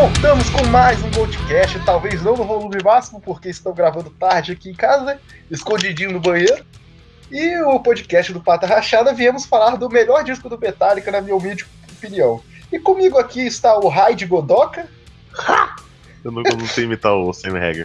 Voltamos com mais um Goldcast, talvez não no volume máximo, porque estou gravando tarde aqui em casa, escondidinho no banheiro. E o podcast do Pata Rachada, viemos falar do melhor disco do Metallica, na minha humilde opinião. E comigo aqui está o Raid Godoka. Eu não sei imitar o Sammy Hagar.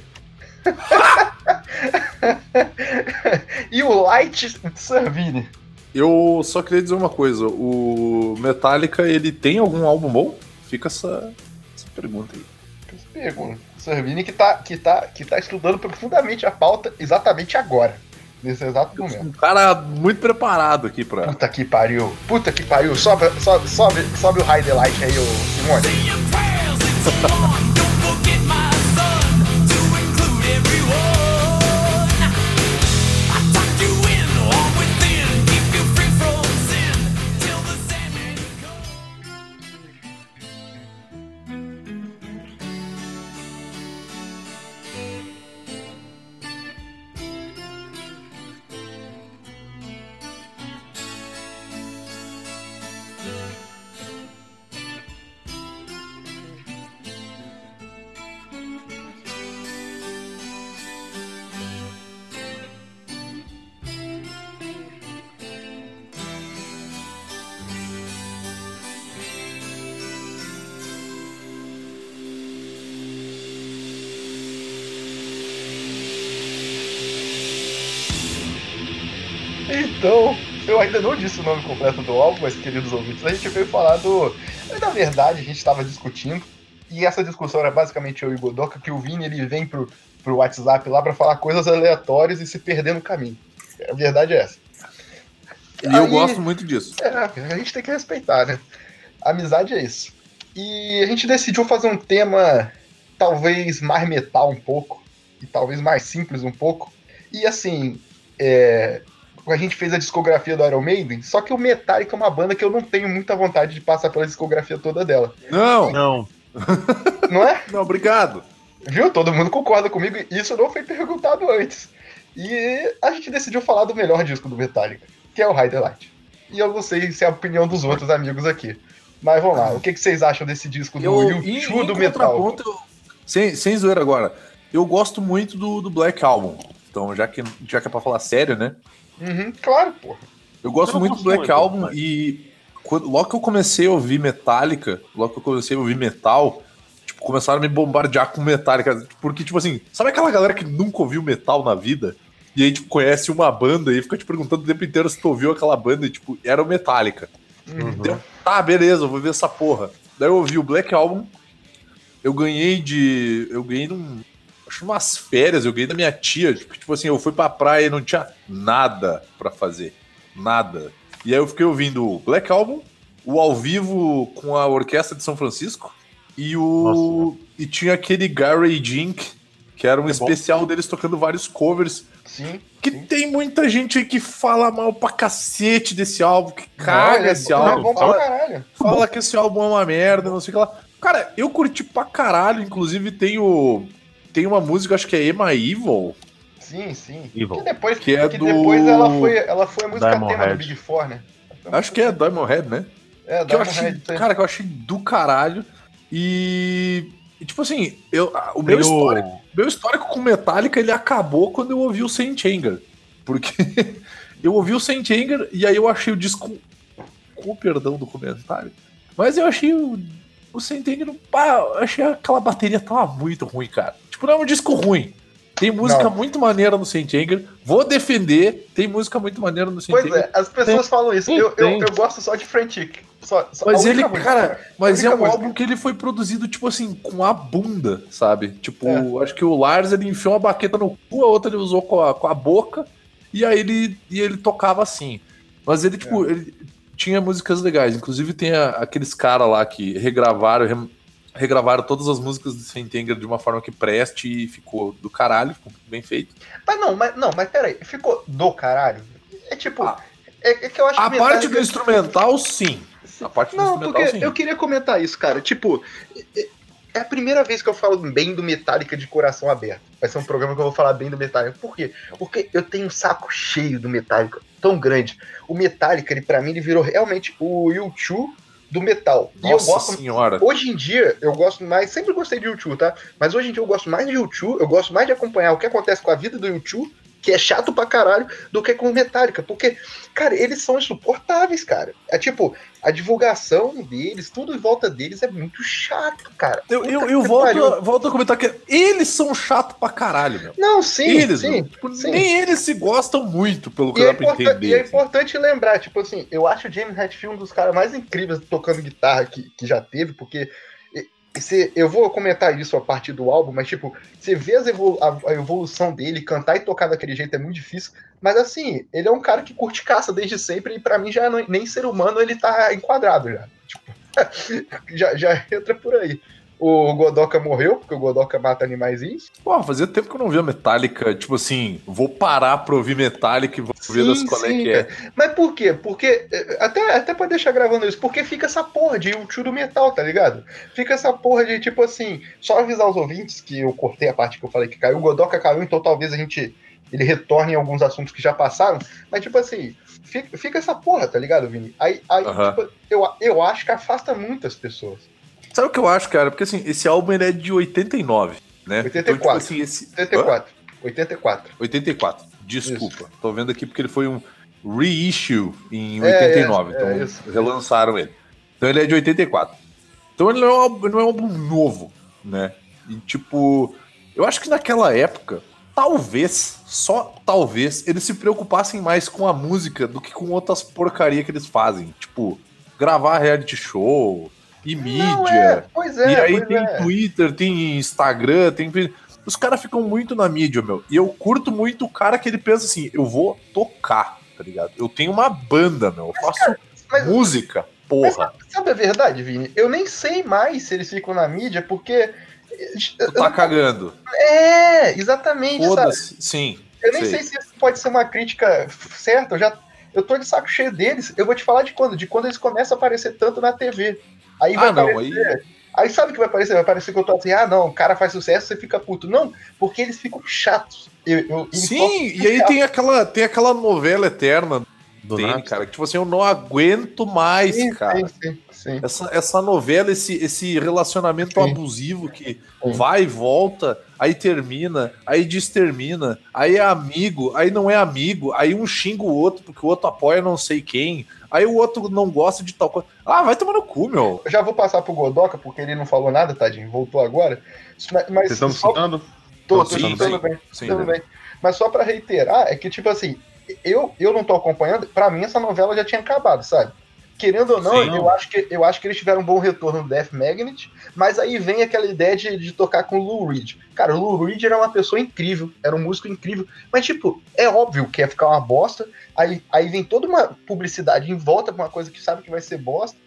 E o Light Servini. Eu só queria dizer uma coisa, o Metallica, ele tem algum álbum bom? Fica essa pergunta aí. Pergunta. Servini que tá estudando profundamente a pauta exatamente agora, nesse exato momento. Um cara muito preparado aqui pra... Puta que pariu. Sobe o highlight aí, ô Simone. Então, eu ainda não disse o nome completo do álbum, mas, queridos ouvintes, a gente veio falar do... Na verdade, a gente estava discutindo, e essa discussão era basicamente eu e o Godoka, que o Vini ele vem pro WhatsApp lá pra falar coisas aleatórias e se perder no caminho. A verdade é essa. E eu gosto muito disso. A gente tem que respeitar, né? A amizade é isso. E a gente decidiu fazer um tema talvez mais metal um pouco, e talvez mais simples um pouco. E assim, a gente fez a discografia do Iron Maiden, só que o Metallica é uma banda que eu não tenho muita vontade de passar pela discografia toda dela. Não! Não é? Não, obrigado. Viu? Todo mundo concorda comigo, isso não foi perguntado antes. E a gente decidiu falar do melhor disco do Metallica, que é o High the Light. E eu não sei se é a opinião dos outros amigos aqui. Mas vamos lá, o que vocês acham desse disco do U2 do metal? Sem zoeira agora, eu gosto muito do Black Album. Então, já que é pra falar sério, né? Claro, porra. Eu gosto muito do Black Album e logo que eu comecei a ouvir Metallica, logo que eu comecei a ouvir metal, tipo, começaram a me bombardear com Metallica. Porque, tipo assim, sabe aquela galera que nunca ouviu metal na vida? E aí, tipo, conhece uma banda e fica te perguntando o tempo inteiro se tu ouviu aquela banda e, tipo, era o Metallica. Então, tá, beleza, eu vou ver essa porra. Daí eu ouvi o Black Album, eu ganhei acho umas férias, eu ganhei da minha tia, tipo assim, eu fui pra praia e não tinha nada pra fazer, nada. E aí eu fiquei ouvindo o Black Album, o ao vivo com a Orquestra de São Francisco e tinha aquele Garage Inc., que era um especial deles tocando vários covers. Sim. Tem muita gente aí que fala mal pra cacete desse álbum, que caga esse álbum. É bom pra caralho. Fala que esse álbum é uma merda, não sei o que lá. Cara, eu curti pra caralho, inclusive tem uma música, acho que é Emma Evil. Sim. Evil. Depois ela foi a música Diamond tema Head. do Big Four, né? Acho que é Diamond Head, né? Que eu achei, cara, que eu achei do caralho. E tipo assim, o meu histórico com Metallica, ele acabou quando eu ouvi o Saint Anger. Porque eu ouvi o Saint Anger e aí eu achei o disco, com o perdão do comentário, mas eu achei o Saint Anger, eu achei aquela bateria tava muito ruim, cara. Tipo, não é um disco ruim. Tem música muito maneira no Saint Anger. Vou defender. Tem música muito maneira no Saint Anger. Pois é, as pessoas falam isso. Eu gosto só de Frantic. Mas ele, cara, é um álbum que ele foi produzido, tipo assim, com a bunda, sabe? Tipo, acho que o Lars, ele enfiou uma baqueta no cu, a outra ele usou com a boca, e aí ele tocava assim. Mas ele, tipo, ele tinha músicas legais. Inclusive tem aqueles caras lá que regravaram todas as músicas do Saint Anger de uma forma que preste e ficou do caralho, ficou bem feito. Mas peraí, ficou do caralho? É tipo... É que eu acho a parte do instrumental, sim. A parte do instrumental, porque sim. Eu queria comentar isso, cara. Tipo, é a primeira vez que eu falo bem do Metallica de coração aberto. Vai ser um programa que eu vou falar bem do Metallica. Por quê? Porque eu tenho um saco cheio do Metallica, tão grande. O Metallica, pra mim, ele virou realmente o U2 do metal. Nossa E eu gosto, senhora. hoje em dia, eu gosto mais, sempre gostei de U2, tá? Mas hoje em dia eu gosto mais de U2, eu gosto mais de acompanhar o que acontece com a vida do U2, que é chato pra caralho, do que com o Metallica. Porque, cara, eles são insuportáveis, cara. É tipo, a divulgação deles, tudo em volta deles é muito chato, cara. Eu volto a comentar que eles são chatos pra caralho, meu. Não, sim, Eles, sim, meu. Tipo, sim. nem eles se gostam muito, pelo que E dá pra entender. e é assim. importante lembrar, tipo assim, eu acho o James Hetfield um dos caras mais incríveis tocando guitarra que já teve, porque eu vou comentar isso a partir do álbum, mas tipo, você vê a evolução dele, cantar e tocar daquele jeito é muito difícil, mas assim, ele é um cara que curte caça desde sempre e pra mim já nem ser humano ele tá enquadrado já. Tipo, já entra por aí. O Godoka morreu, porque o Godoka mata animaizinhos. Pô, fazia tempo que eu não via Metallica. Tipo assim, vou parar pra ouvir Metallica e vou ver das qual é que cara. é. Mas por quê? Porque, até pra deixar gravando isso, porque fica essa porra de U2 do metal, tá ligado? Fica essa porra de, tipo assim, só avisar os ouvintes que eu cortei a parte que eu falei que caiu. O Godoka caiu, então talvez ele retorne em alguns assuntos que já passaram, mas tipo assim, fica essa porra, tá ligado, Vini? Aí tipo, eu acho que afasta muitas pessoas. Sabe o que eu acho, cara? Porque assim, esse álbum ele é de 89, né? 84. Então, tipo assim, 84. 84. 84. Desculpa. Isso. Tô vendo aqui porque ele foi um reissue em É, 89. Então, isso. relançaram ele. Então ele é de 84. Então ele não é um álbum novo, né? E tipo, eu acho que naquela época, talvez, só talvez, eles se preocupassem mais com a música do que com outras porcaria que eles fazem. Tipo, gravar reality show e mídia. Pois E aí pois tem Twitter, tem Instagram, tem. Os caras ficam muito na mídia, meu. E eu curto muito o cara que ele pensa assim: eu vou tocar, tá ligado? Eu tenho uma banda, meu. Eu faço música, porra. Mas sabe a verdade, Vini? Eu nem sei mais se eles ficam na mídia, porque. Tu tá cagando. É, exatamente. Foda-se, Sabe? sim. Eu nem sei se isso pode ser uma crítica certa. Eu tô de saco cheio deles. Eu vou te falar de quando? De quando eles começam a aparecer tanto na TV. Aí vai aparecer. Aí sabe o que vai aparecer? Vai parecer que eu tô assim, não, o cara faz sucesso, você fica puto. Não, porque eles ficam chatos. Sim, e aí tem aquela novela eterna do cara, que tipo assim, eu não aguento mais, cara. Sim. Essa novela, esse relacionamento abusivo que vai e volta, aí termina, aí destermina, aí é amigo, aí não é amigo, aí um xinga o outro porque o outro apoia não sei quem, aí o outro não gosta de tal coisa. Ah, vai tomar no cu, meu. Eu já vou passar pro Godoka, porque ele não falou nada, tadinho, voltou agora. Mas vocês estão escutando? Tô escutando bem. Tudo bem. Mas só pra reiterar, é que, tipo assim, eu não tô acompanhando, pra mim essa novela já tinha acabado, sabe? Querendo ou não, eu acho que eles tiveram um bom retorno no Death Magnet, mas aí vem aquela ideia de tocar com o Lou Reed. Cara, o Lou Reed era uma pessoa incrível, era um músico incrível, mas tipo, é óbvio que ia ficar uma bosta, aí vem toda uma publicidade em volta pra uma coisa que sabe que vai ser bosta,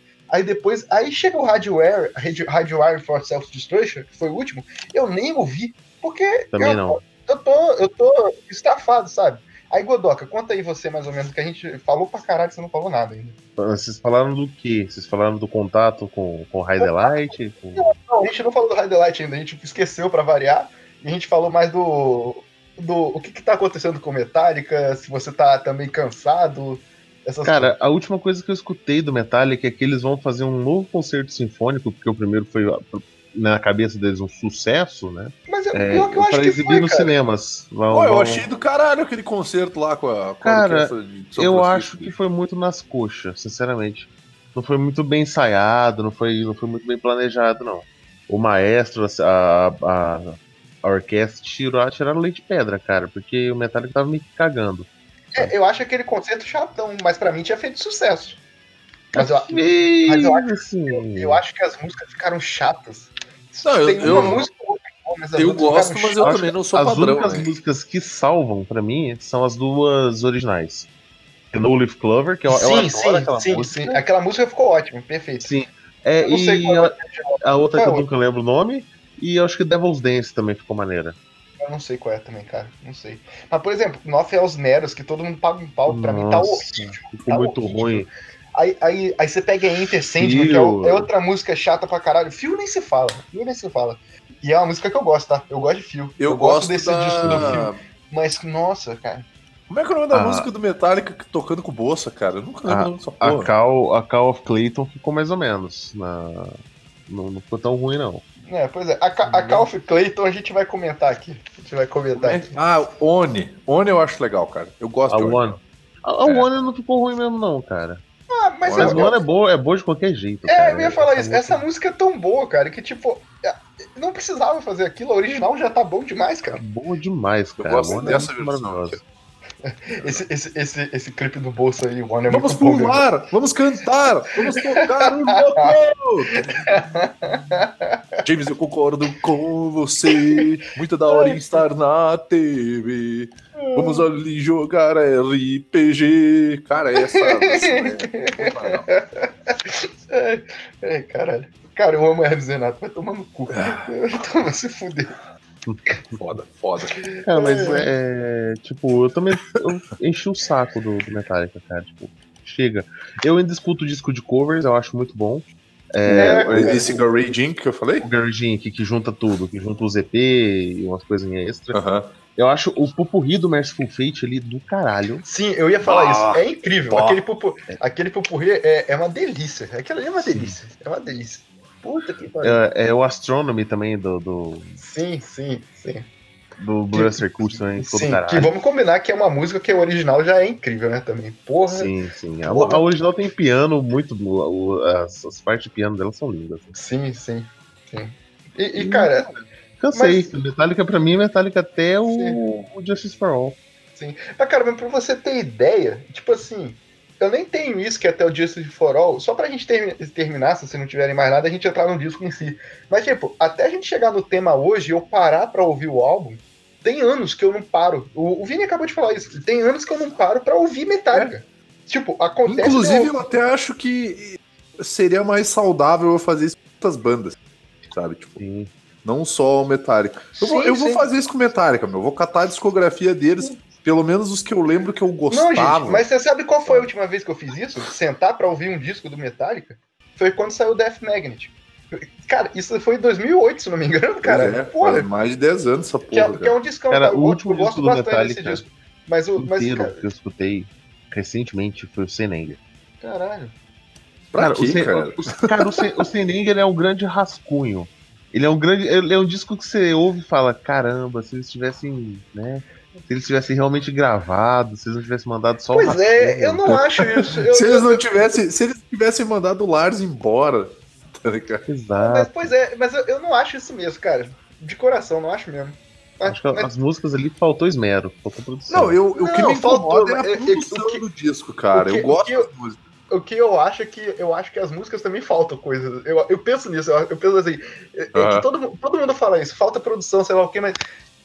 aí chega o Hardwire for Self-Destruction, que foi o último, eu nem ouvi, porque também não. Eu tô estafado, sabe? Aí, Godoka, conta aí você mais ou menos, que a gente falou pra caralho, você não falou nada ainda. Vocês falaram do quê? Vocês falaram do contato com o High Delight? Não, a gente não falou do High Delight ainda, a gente esqueceu pra variar, e a gente falou mais do o que tá acontecendo com Metallica, se você tá também cansado, Cara, a última coisa que eu escutei do Metallica é que eles vão fazer um novo concerto sinfônico, porque o primeiro foi na cabeça deles um sucesso, né? Mas pior que eu acho que exibir foi, nos cara. cinemas. Eu achei do caralho aquele concerto lá com a cara, eu acho que foi muito nas coxas, sinceramente. Não foi muito bem ensaiado, não foi muito bem planejado, não. O maestro, a orquestra tiraram leite de pedra, cara, porque o Metallica tava meio que cagando. Eu acho aquele concerto chatão, mas pra mim tinha feito sucesso. Mas eu acho que as músicas ficaram chatas. Não, Tem uma música mas eu gosto, mas eu também não sou padrão. As únicas músicas que salvam pra mim são as duas originais. No Leaf Clover, que eu adoro aquela música. Sim. Aquela música ficou ótima, perfeito. Sim. Eu não sei qual a outra que eu nunca lembro o nome. E eu acho que Devil's Dance também ficou maneira. Eu não sei qual é também, cara. Não sei. Mas, por exemplo, Noth Else Matters, que todo mundo paga um pau, pra mim tá horrível. Ficou muito ruim. Aí você pega Enter Sandman, que é outra música chata pra caralho. Fio nem se fala. E é uma música que eu gosto, tá? Eu gosto de Fio. Eu gosto desse disco do Fio. Mas, nossa, cara. Como é que é o nome da música do Metallica tocando com bolsa, cara? Eu nunca lembro o nome dessa porra. A Call of Clayton ficou mais ou menos. Não ficou tão ruim, não. Pois é. A Call of Clayton a gente vai comentar aqui. Aqui. One. One eu acho legal, cara. Eu gosto de One. A One não ficou ruim mesmo, não, cara. Mas a One é boa de qualquer jeito. Cara. Eu ia falar isso. Essa música é tão boa, cara, que tipo. Não precisava fazer aquilo, a original já tá bom demais, cara. Boa demais, cara. Eu gosto dessa versão. Esse clipe do bolso aí, One é vamos muito pular, bom, vamos cantar, vamos tocar um vocal. James, eu concordo com você. Muito da hora em estar na TV. Vamos ali jogar RPG. Cara, essa caralho. Cara, eu amo Hermes Renato. Vai tomar no cu. Toma se fuder. Foda. Cara, mas tipo, eu também enchi o saco do Metallica, cara. Tipo, chega. Eu ainda escuto o disco de covers, eu acho muito bom. Esse Garage Inc. que eu falei? O Garage Inc. que junta tudo, que junta os EP e umas coisinhas extra. Eu acho o pupurri do Merciful Fate ali do caralho. Sim, eu ia falar isso. É incrível. Aquele pupurri é uma delícia. Aquilo ali é uma delícia. É uma delícia. Puta que pariu. É o Astronomy também do. Sim. Do Blue Circuit também. Sim, que vamos combinar que é uma música que o original já é incrível, né? Também. Porra. Sim. A original tem piano muito. As partes de piano dela são lindas. Sim. E cara. Cansei. Metallica pra mim é Metallica até o Justice for All. Sim. Mas, cara, pra você ter ideia, tipo assim. Eu nem tenho isso que é até o Justice for All, só pra gente terminar, se vocês não tiverem mais nada, a gente entrar no disco em si. Mas, tipo, até a gente chegar no tema hoje e eu parar pra ouvir o álbum, tem anos que eu não paro. O Vini acabou de falar isso. Tem anos que eu não paro pra ouvir Metallica. Tipo, acontece... Inclusive, eu até acho que seria mais saudável eu fazer isso com outras bandas, sabe? Tipo, Sim. Não só o Metallica. Eu vou fazer isso com o Metallica, meu. Eu vou catar a discografia deles... Pelo menos os que eu lembro que eu gostava. Não, gente, mas você sabe qual foi a última vez que eu fiz isso? Sentar pra ouvir um disco do Metallica? Foi quando saiu o Death Magnet. Cara, isso foi em 2008, se não me engano, cara. Faz mais de 10 anos essa porra. Que é um discão, cara. Eu gosto bastante desse disco. Mas cara, que eu escutei recentemente foi o Senenger. Caralho. Pra quê, cara? O Senenger é um grande rascunho. Ele é um disco que você ouve e fala, caramba, se eles tivessem, né? Se eles tivessem realmente gravado, se eles não tivessem mandado só o rascunho. Eu não acho isso. Se eles tivessem mandado o Lars embora, tá ligado? Exato. Mas eu não acho isso mesmo, cara. De coração, não acho mesmo. Acho que as músicas ali faltou esmero, faltou produção. Não, o que me incomoda é a produção do disco, cara. Eu gosto das músicas. O que eu acho é que as músicas também faltam coisas. Eu penso nisso, eu penso assim. Que todo mundo fala isso, falta produção, sei lá o quê, mas.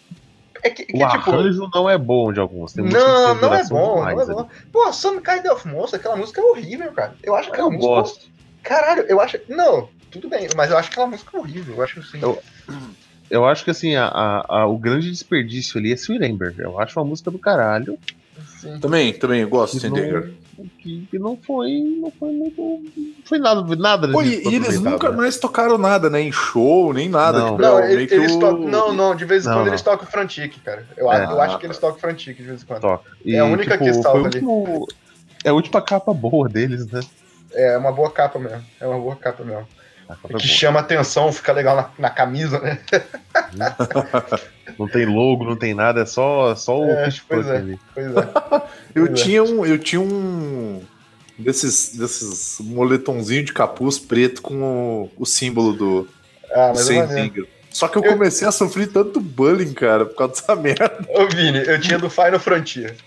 O arranjo não é bom de alguns. Tem não é bom, não é bom. Pô, Some Kind of Monster, aquela música é horrível, cara. Eu acho que aquela música. Gosto. Caralho, eu acho. Não, tudo bem, mas eu acho aquela música horrível. Eu acho assim. Eu acho que assim, o grande desperdício ali é Sweet Amber. Eu acho uma música do caralho. Sim. Também, eu gosto de Senenger. Que não foi muito. Não foi nada. Pô, e eles nunca mais tocaram nada, né? Em show, nem nada. Não, tipo, eles tocam. De vez em quando eles tocam Frantic, cara. Eu acho que eles tocam Frantic de vez em quando. Toca. É a única que salva ali. É a última capa boa deles, né? É uma boa capa mesmo. Que chama atenção, fica legal na camisa, né? Não tem logo, não tem nada, é só o pois é. Eu tinha um desses moletomzinhos de capuz preto com o símbolo do Senenger. Só que eu comecei a sofrer tanto bullying, cara, por causa dessa merda. Ô, Vini, eu tinha do Final Frontier.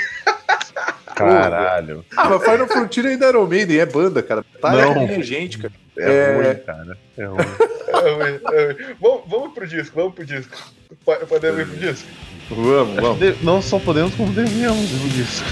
Caralho. Mas Final Frontier ainda era Iron Maiden, é banda, cara. Não. É gente, cara. Ruim, cara. É ruim. Vamos pro disco. Podemos ir pro disco? Vamos. Não só podemos, como devemos ir pro disco.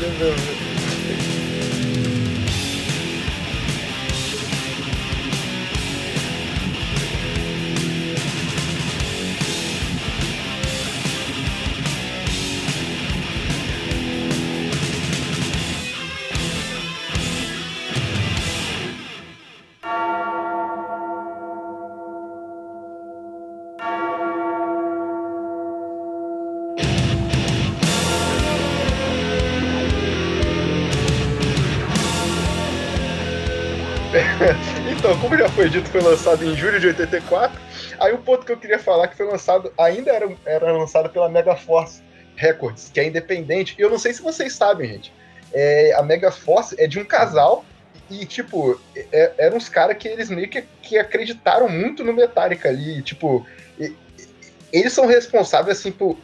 Então, como já foi dito, foi lançado em julho de 84. Aí o ponto que eu queria falar que foi lançado, ainda era lançado pela Megaforce Records, que é independente. E eu não sei se vocês sabem, gente. A Megaforce é de um casal e, tipo, eram uns caras que eles meio que acreditaram muito no Metallica ali. Tipo, eles são responsáveis, assim, por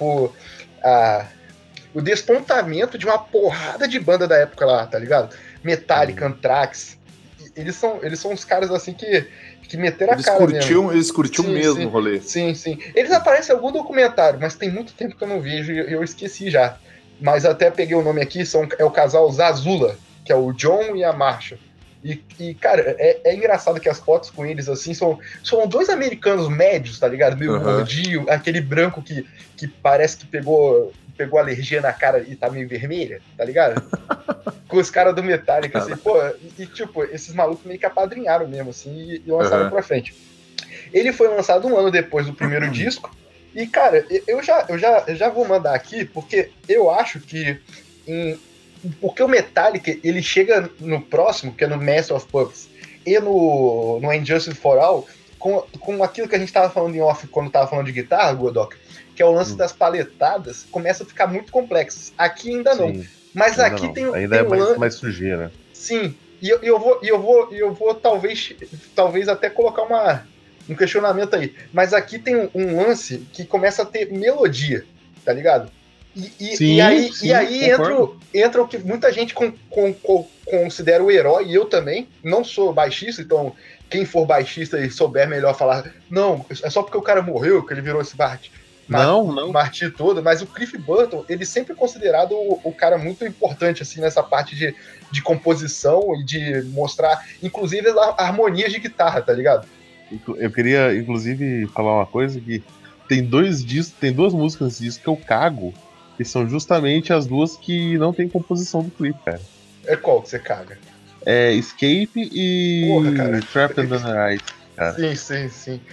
o despontamento de uma porrada de banda da época lá, tá ligado? Metallica, Anthrax. Eles são uns caras, assim, que meteram a cara mesmo. Eles curtiam Sim, mesmo sim, o rolê. Sim. Eles aparecem em algum documentário, mas tem muito tempo que eu não vejo e eu esqueci já. Mas até peguei o nome aqui, é o casal Zazula, que é o John e a Marsha. E cara, é engraçado que as fotos com eles, assim, são dois americanos médios, tá ligado? Meio gordinho, aquele branco que parece que pegou alergia na cara e tá meio vermelha, tá ligado? Com os caras do Metallica, assim, pô, tipo, esses malucos meio que apadrinharam mesmo, assim, e lançaram pra frente. Ele foi lançado um ano depois do primeiro disco, e, cara, eu já vou mandar aqui, porque eu acho que porque o Metallica, ele chega no próximo, que é no Master of Puppets, e no Injustice for All, com aquilo que a gente tava falando em off quando tava falando de guitarra, Godok, que é o lance das paletadas, começa a ficar muito complexo. Aqui ainda não. Mas ainda aqui não. tem ainda tem é mais sujeira. Sim. E eu vou talvez até colocar um questionamento aí. Mas aqui tem um lance que começa a ter melodia, tá ligado? E aí entra o que muita gente considera o herói, e eu também. Não sou baixista, então quem for baixista e souber melhor falar, não, é só porque o cara morreu que ele virou esse martir todo, mas o Cliff Burton, ele sempre é considerado o cara muito importante, assim, nessa parte de composição e de mostrar, inclusive, as harmonias de guitarra, tá ligado? Eu queria, inclusive, falar uma coisa que tem duas músicas nesse disco que eu cago, que são justamente as duas que não tem composição do Cliff, cara. É qual que você caga? É Escape e Trapped Under the Ice. Cara. Sim.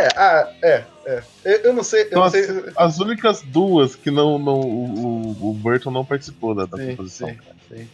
Eu não sei. As únicas duas que o Burton não participou da composição. Sim.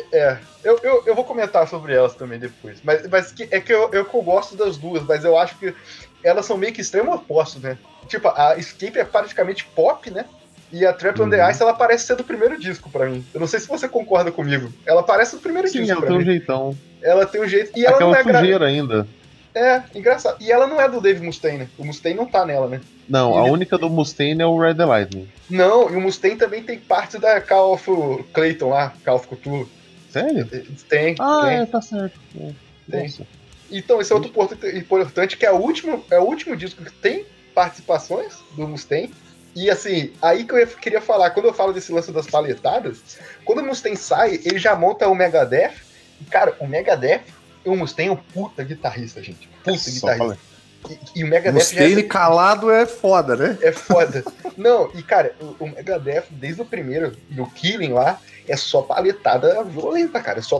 Eu vou comentar sobre elas também depois. Mas eu gosto das duas, mas eu acho que elas são meio que extremo opostos, né? Tipo, a Escape é praticamente pop, né? E a Trap on the Ice, ela parece ser do primeiro disco pra mim. Eu não sei se você concorda comigo. Ela parece do primeiro disco ela pra tem mim. um jeitão. Ela tem um jeito. E aquela ela não é sujeira ainda. Engraçado. E ela não é do Dave Mustaine, né? O Mustaine não tá nela, né? Não, a única do Mustaine é o Red the Lightning. Não, e o Mustaine também tem parte da Call of Clayton lá, Call of Cthulhu. Sério? Tem. Tá certo. Tem. Nossa. Então, esse é outro ponto importante, que é o último disco que tem participações do Mustaine. E assim, aí que eu queria falar, quando eu falo desse lance das paletadas, quando o Mustaine sai, ele já monta o Megadeth. E, cara, o Megadeth, o Mustaine é um puta guitarrista, gente. Puta guitarrista. E o Megadeth. Mustaine calado é foda, né? É foda. Não, e cara, o Megadeth, desde o primeiro, do Killing lá, é só paletada violenta, cara. É só.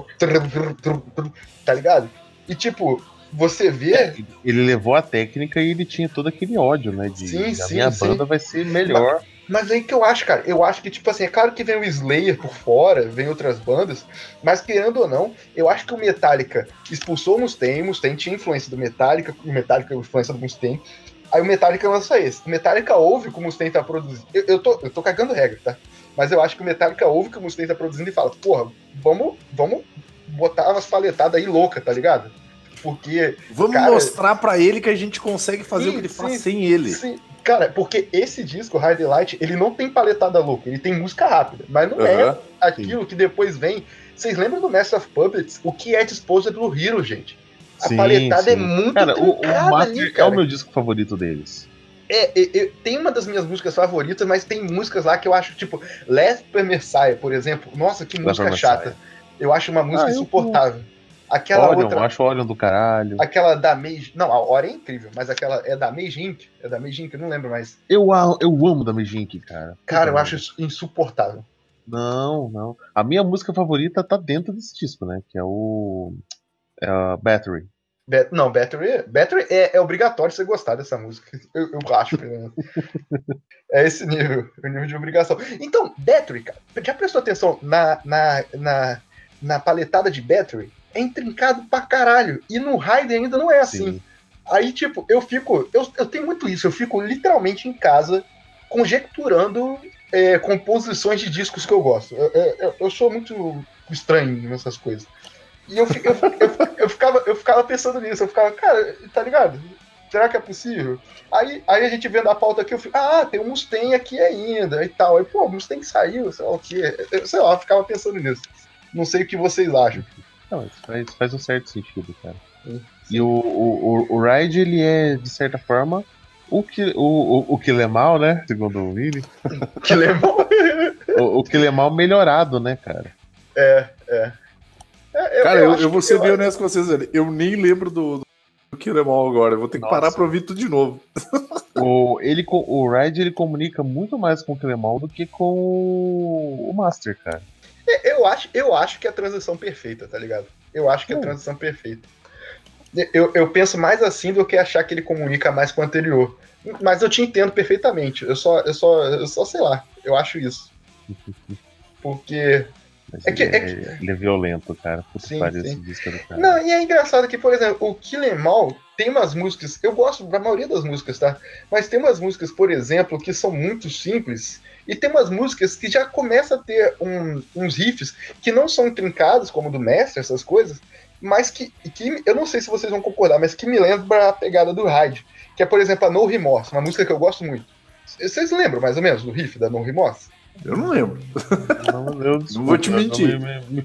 Tá ligado? E tipo, você vê. Ele levou a técnica e ele tinha todo aquele ódio, né? A minha banda vai ser melhor. Mas aí que eu acho, cara. Eu acho que, tipo assim, é claro que vem o Slayer por fora, vem outras bandas, mas querendo ou não, eu acho que o Metallica expulsou o Mustaine tinha influência do Metallica, o Metallica influência do Mustaine. Aí o Metallica lança esse. O Metallica ouve que o Mustaine tá produzindo. Eu tô cagando regra, tá? Mas eu acho que o Metallica ouve que o Mustaine tá produzindo e fala, porra, vamos botar umas paletadas aí louca, tá ligado? Porque. Vamos mostrar pra ele que a gente consegue fazer o que ele faz sem ele. Sim. Cara, porque esse disco, Hard Light, ele não tem paletada louca, ele tem música rápida, mas não é aquilo que depois vem. Vocês lembram do Master of Puppets? O que é Disposed Blue Hero, gente? A paletada é muito cara, o Master é o meu disco favorito deles. Tem uma das minhas músicas favoritas, mas tem músicas lá que eu acho, tipo, Last Messiah, por exemplo. Nossa, que música chata. Eu acho uma música insuportável. Aquela Orion, outra. Eu acho Orion do caralho. Aquela da Mage. Não, a Orion é incrível, mas aquela é da Mage Inc. É da Mage Inc, eu não lembro mais. Eu amo da Mage Inc, cara. Cara, eu acho isso insuportável. Não. A minha música favorita tá dentro desse disco, né? Que é o. Battery. Não, Battery é obrigatório você gostar dessa música. Eu acho, pelo menos. É esse nível, o nível de obrigação. Então, Battery, cara, já prestou atenção na paletada de Battery? é intrincado pra caralho. E no Raider ainda não é assim. Sim. Aí, tipo, eu tenho muito isso, eu fico literalmente em casa conjecturando composições de discos que eu gosto. Eu sou muito estranho nessas coisas. E eu ficava pensando nisso, eu ficava, cara, tá ligado? Será que é possível? Aí a gente vendo a pauta aqui, eu fico, tem um Mustang aqui ainda e tal. Aí, pô, o Mustang saiu, sei lá o quê. Sei lá, eu ficava pensando nisso. Não sei o que vocês acham. Não, isso faz um certo sentido, cara. Sim. E o Ride, ele é, de certa forma, o Kilemal, né? Segundo o Vini. Kilemal? o Kilemal melhorado, né, cara? Cara, eu vou ser bem honesto com vocês, velho. Eu nem lembro do Kilemal agora. Eu vou ter que parar pra ouvir tudo de novo. O Ride, ele comunica muito mais com o Kilemal do que com o Master, cara. Eu acho que é a transição perfeita, tá ligado? Eu acho que é a transição perfeita. Eu penso mais assim do que achar que ele comunica mais com o anterior. Mas eu te entendo perfeitamente. Eu só sei lá. Eu acho isso. Porque... Ele é violento, cara. Puta que pariu esse disco do cara. Não, e é engraçado que, por exemplo, o Kill Em All tem umas músicas... Eu gosto da maioria das músicas, tá? Mas tem umas músicas, por exemplo, que são muito simples... E tem umas músicas que já começa a ter uns riffs que não são intrincados, como o do Master, essas coisas, mas que eu não sei se vocês vão concordar, mas que me lembra a pegada do Hyde, que é, por exemplo, a No Remorse, uma música que eu gosto muito. Vocês lembram, mais ou menos, do riff da No Remorse? Eu não lembro. Não vou te mentir. Me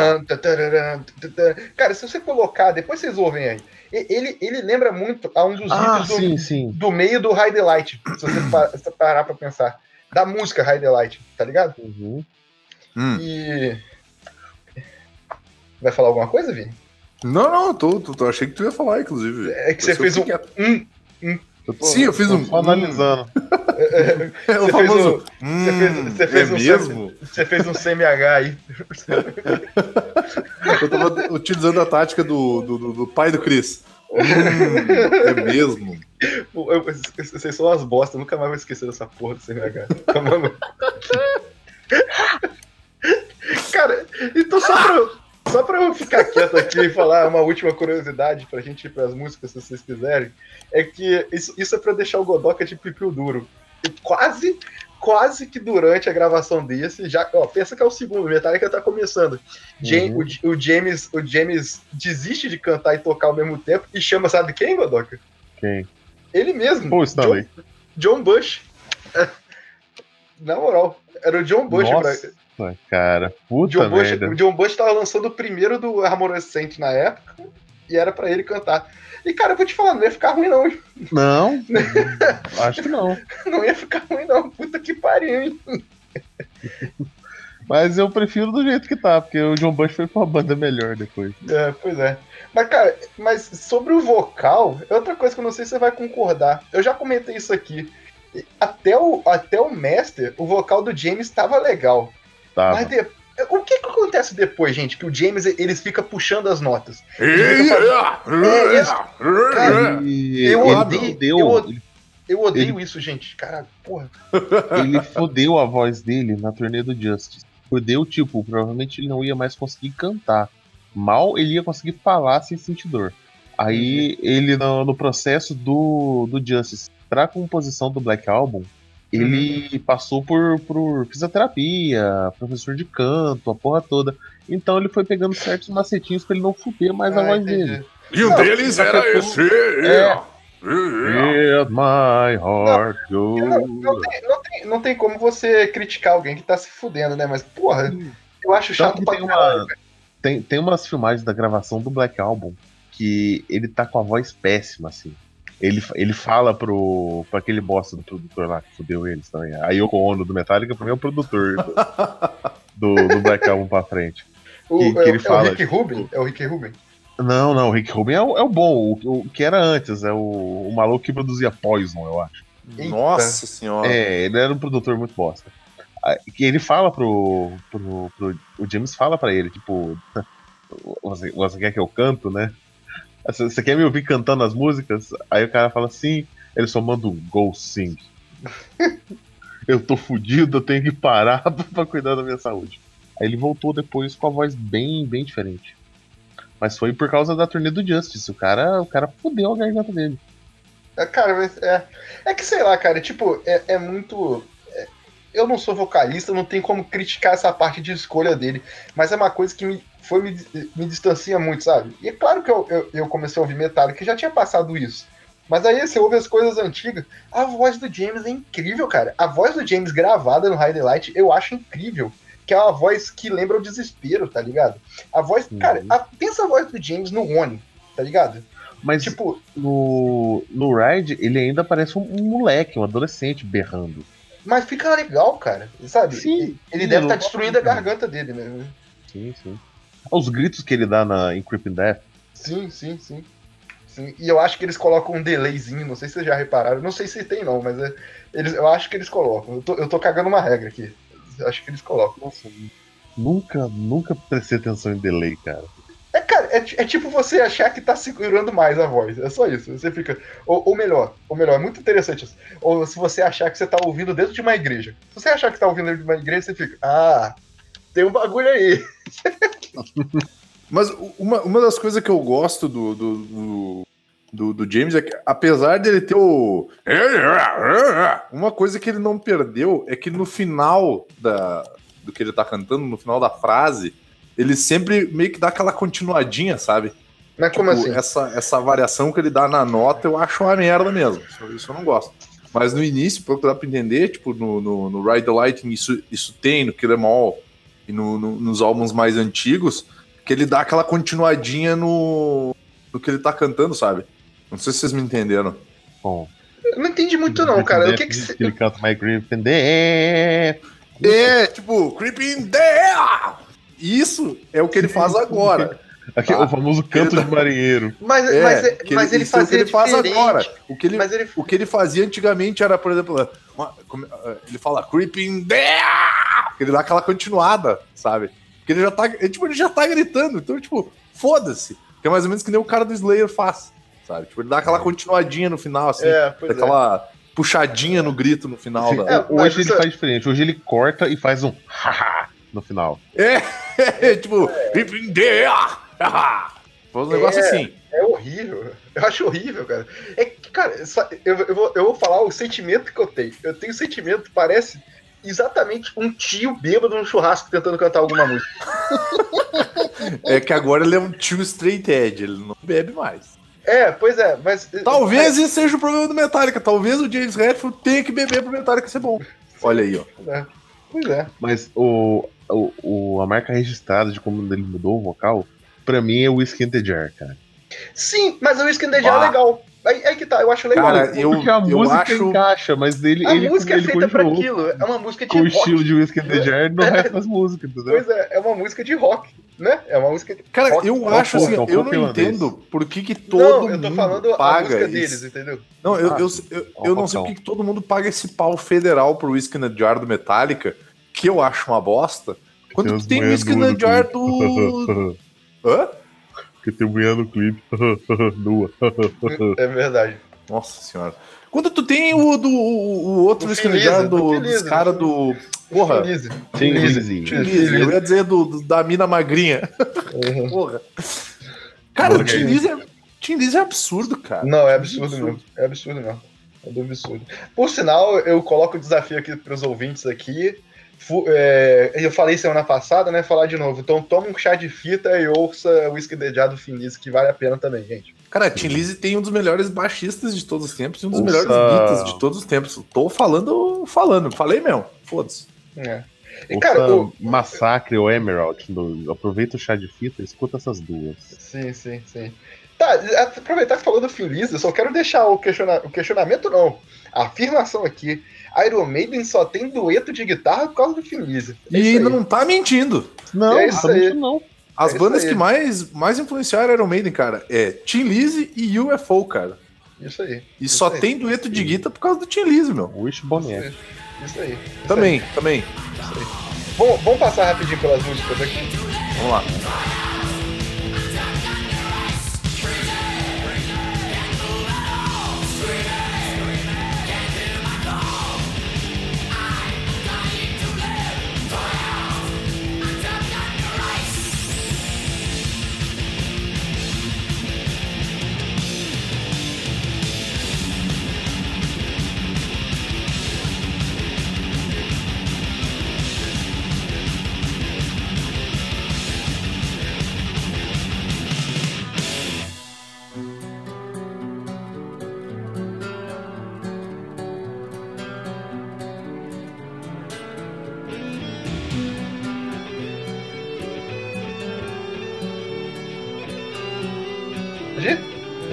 Cara, se você colocar, depois vocês ouvem aí. Ele lembra muito a um dos riffs do meio do High Delight, se você parar pra pensar. Da música High Delight, tá ligado? Uhum. E... Vai falar alguma coisa, Vini? Não, tô achei que tu ia falar, inclusive. É que você fez um... Sim, eu fiz um... analisando. Você fez mesmo? Você fez um CMH aí. Eu tava utilizando a tática do pai do Chris. É mesmo? Vocês são umas bosta, nunca mais vou esquecer dessa porra do CMH. Cara, então só pra eu ficar quieto aqui e falar uma última curiosidade pra gente ir pras músicas, se vocês quiserem, é que isso é pra deixar o Godoka de pipiu duro. E quase que durante a gravação desse, pensa que é o segundo, Metallica tá começando. O James desiste de cantar e tocar ao mesmo tempo e chama, sabe quem, Godoka? Quem? Ele mesmo. Pô, Stanley. John Bush. Na moral, era o John Bush. Nossa, cara, puta merda. O John Bush tava lançando o primeiro do Amorescente na época e era pra ele cantar. E, cara, eu vou te falar, não ia ficar ruim, não. Não, acho que não. Não ia ficar ruim, não. Puta que pariu, hein? Mas eu prefiro do jeito que tá, porque o John Bush foi pra uma banda melhor depois. Pois é. Mas, cara, sobre o vocal, é outra coisa que eu não sei se você vai concordar. Eu já comentei isso aqui. Até o Master, o vocal do James tava legal. Tava. Mas o que acontece depois, gente? Que o James, ele fica puxando as notas. Eu odeio isso, gente. Caralho, porra. Ele fodeu a voz dele na turnê do Justice. Fodeu, tipo, provavelmente ele não ia mais conseguir cantar. Mal ele ia conseguir falar sem sentir dor. Aí ele, no processo do Justice, pra composição do Black Album, ele passou por fisioterapia, professor de canto, a porra toda. Então ele foi pegando certos macetinhos pra ele não fuder mais a voz dele. E um deles era esse. Let my heart go. Não tem como você criticar alguém que tá se fudendo, né? Mas, porra, eu acho chato pra caralho. Tem umas filmagens da gravação do Black Album que ele tá com a voz péssima, assim. Ele fala pra aquele bosta do produtor lá que fudeu eles também. A Yoko Ono do Metallica, pra mim, é o produtor do Black Album pra frente. Ele fala, o Rick Rubin? É o Rick Rubin? Não, o Rick Rubin é o bom, o que era antes, é o maluco que produzia Poison, eu acho. Nossa senhora. Ele era um produtor muito bosta. Ele fala o James fala pra ele, tipo, você quer que eu canto, né? Você quer me ouvir cantando as músicas? Aí o cara fala assim, ele só manda um go sing. Eu tô fudido, eu tenho que parar pra cuidar da minha saúde. Aí ele voltou depois com a voz bem, bem diferente. Mas foi por causa da turnê do Justice. O cara fudeu a garganta dele. Cara, mas é que sei lá, cara, tipo, é muito. Eu não sou vocalista, não tem como criticar essa parte de escolha dele, mas é uma coisa que me distancia muito, sabe? E é claro que eu comecei a ouvir Metallica, que já tinha passado isso. Mas aí você ouve as coisas antigas, a voz do James é incrível, cara. A voz do James gravada no High Delight eu acho incrível. Que é uma voz que lembra o desespero, tá ligado? A voz, cara, pensa a voz do James no One, tá ligado? Mas tipo, no Ride, ele ainda parece um moleque, um adolescente berrando. Mas fica legal, cara, sabe? Sim, ele deve estar destruindo a garganta dele, né? Sim. Os gritos que ele dá em Creeping Death. Sim. E eu acho que eles colocam um delayzinho, não sei se vocês já repararam. Não sei se tem não, mas eu acho que eles colocam. Eu tô cagando uma regra aqui. Eu acho que eles colocam. Nossa, nunca prestei atenção em delay, cara. Cara, é tipo você achar que tá segurando mais a voz. É só isso. Você fica. Ou melhor, é muito interessante isso. Ou se você achar que você tá ouvindo dentro de uma igreja. Se você achar que tá ouvindo dentro de uma igreja, você fica. Tem um bagulho aí. Mas uma das coisas que eu gosto do James é que, apesar dele ter uma coisa que ele não perdeu é que no final do que ele tá cantando, no final da frase, ele sempre meio que dá aquela continuadinha, sabe? Mas tipo, como assim? Essa variação que ele dá na nota eu acho uma merda mesmo. Isso eu não gosto. Mas no início, pelo que dá pra entender, tipo, no Ride the Lightning isso tem, no Kill 'Em All e nos álbuns mais antigos, que ele dá aquela continuadinha no que ele tá cantando, sabe? Não sei se vocês me entenderam. Bom, eu não entendi muito não, cara. O que ele canta My Creeping Death? Tipo, Creeping Death! Isso é o que ele faz agora. Aqui, o famoso canto de marinheiro. Mas ele fazia o que ele faz agora. O que ele fazia antigamente era, por exemplo, ele fala Creeping Death! Ele dá aquela continuada, sabe? Porque ele já tá gritando. Então, tipo, foda-se. Que é mais ou menos que nem o cara do Slayer faz, sabe? Tipo, ele dá aquela continuadinha no final, assim. Aquela puxadinha no grito no final. Hoje ele faz diferente. Hoje ele corta e faz um haha no final. Tipo, Creeping Death! Faz um negócio assim. É horrível. Eu acho horrível, cara. Cara, eu vou falar o sentimento que eu tenho. Eu tenho o sentimento, parece exatamente um tio bêbado num churrasco tentando cantar alguma música. É que agora ele é um tio straight edge, ele não bebe mais. Pois é, mas... Talvez esse seja o problema do Metallica. Talvez o James Hetfield tenha que beber pro Metallica ser bom. Olha aí, ó. Pois é. Mas a marca registrada de como ele mudou o vocal, pra mim é o Whiskey in the Jar, cara. Sim, mas o Whiskey in the Jar é legal. Aí que tá, eu acho legal. Cara, porque a música encaixa, mas ele música é feita pra aquilo. É uma música de rock. Com o estilo de Whiskey in the Jar no resto das músicas, entendeu? Pois é uma música de rock, né? É uma música de cara, rock. Eu acho assim, eu não entendo por que todo mundo eu tô falando paga a música deles, entendeu? Não, eu não sei por que todo mundo paga esse pau federal pro Whiskey in the Jar do Metallica, que eu acho uma bosta. Quando tu tem o Whiskey in the Jar do... Hã? Porque tem mulher no clipe. Nua. É verdade. Nossa senhora. Quando tu tem o outro Whiskey in the Jar dos caras do... Porra. Tim Lizzy. Eu ia dizer da mina magrinha. Porra. Cara, o Tim Lizzy é absurdo, cara. Não, é absurdo mesmo. É absurdo mesmo. É do absurdo. Por sinal, eu coloco o desafio aqui pros ouvintes aqui. Eu falei semana passada, né? Falar de novo. Então toma um chá de fita e ouça o Whiskey in the Jar do Tim Lizzy, que vale a pena também, gente. Cara, Tim Lizzy tem um dos melhores baixistas de todos os tempos e um dos melhores guitas de todos os tempos. Tô falando. Falei mesmo. Foda-se. E, cara, Massacre ou Emerald, aproveita o chá de fita e escuta essas duas. Sim. Tá, aproveitar que falou do Tim Lizzy, eu só quero deixar o questionamento, não. A afirmação aqui. Iron Maiden só tem dueto de guitarra por causa do Tim Lizzy. E não tá mentindo. Não, é isso aí. Não. As bandas que mais influenciaram Iron Maiden, cara, é Tim Lizzy e UFO, cara. Isso aí. E só tem dueto de guitarra por causa do Tim Lizzy, meu. Wishbone. Isso aí. Também. Isso aí. Vamos passar rapidinho pelas músicas aqui. Vamos lá.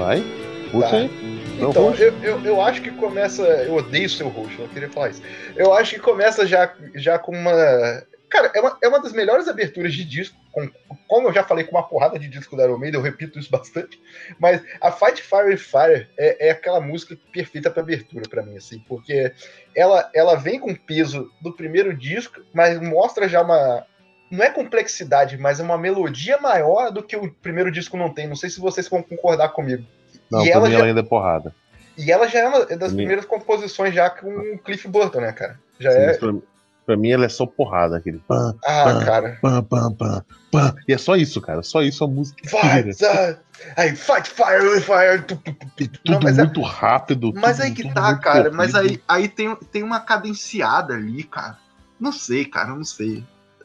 Vai. Puxa aí. Então, eu acho que começa... Eu odeio seu host, não queria falar isso. Eu acho que começa já com uma... Cara, é uma das melhores aberturas de disco, como eu já falei com uma porrada de disco da Iron Maiden, eu repito isso bastante, mas a Fight Fire with Fire é aquela música perfeita pra abertura pra mim, assim, porque ela vem com o peso do primeiro disco, mas mostra já uma... Não é complexidade, mas é uma melodia maior do que o primeiro disco não tem. Não sei se vocês vão concordar comigo. Não, pra mim ela ainda é porrada. E ela já é uma das primeiras composições já com o Cliff Burton, né, cara? Já Sim, é... Pra mim ela é só porrada, aquele cara. E é só isso, cara. Só isso a música. Aí, Fight Fire with Fire. Tudo muito rápido. Mas aí que tá, cara. Mas aí tem uma cadenciada ali, cara. Não sei, cara, não sei.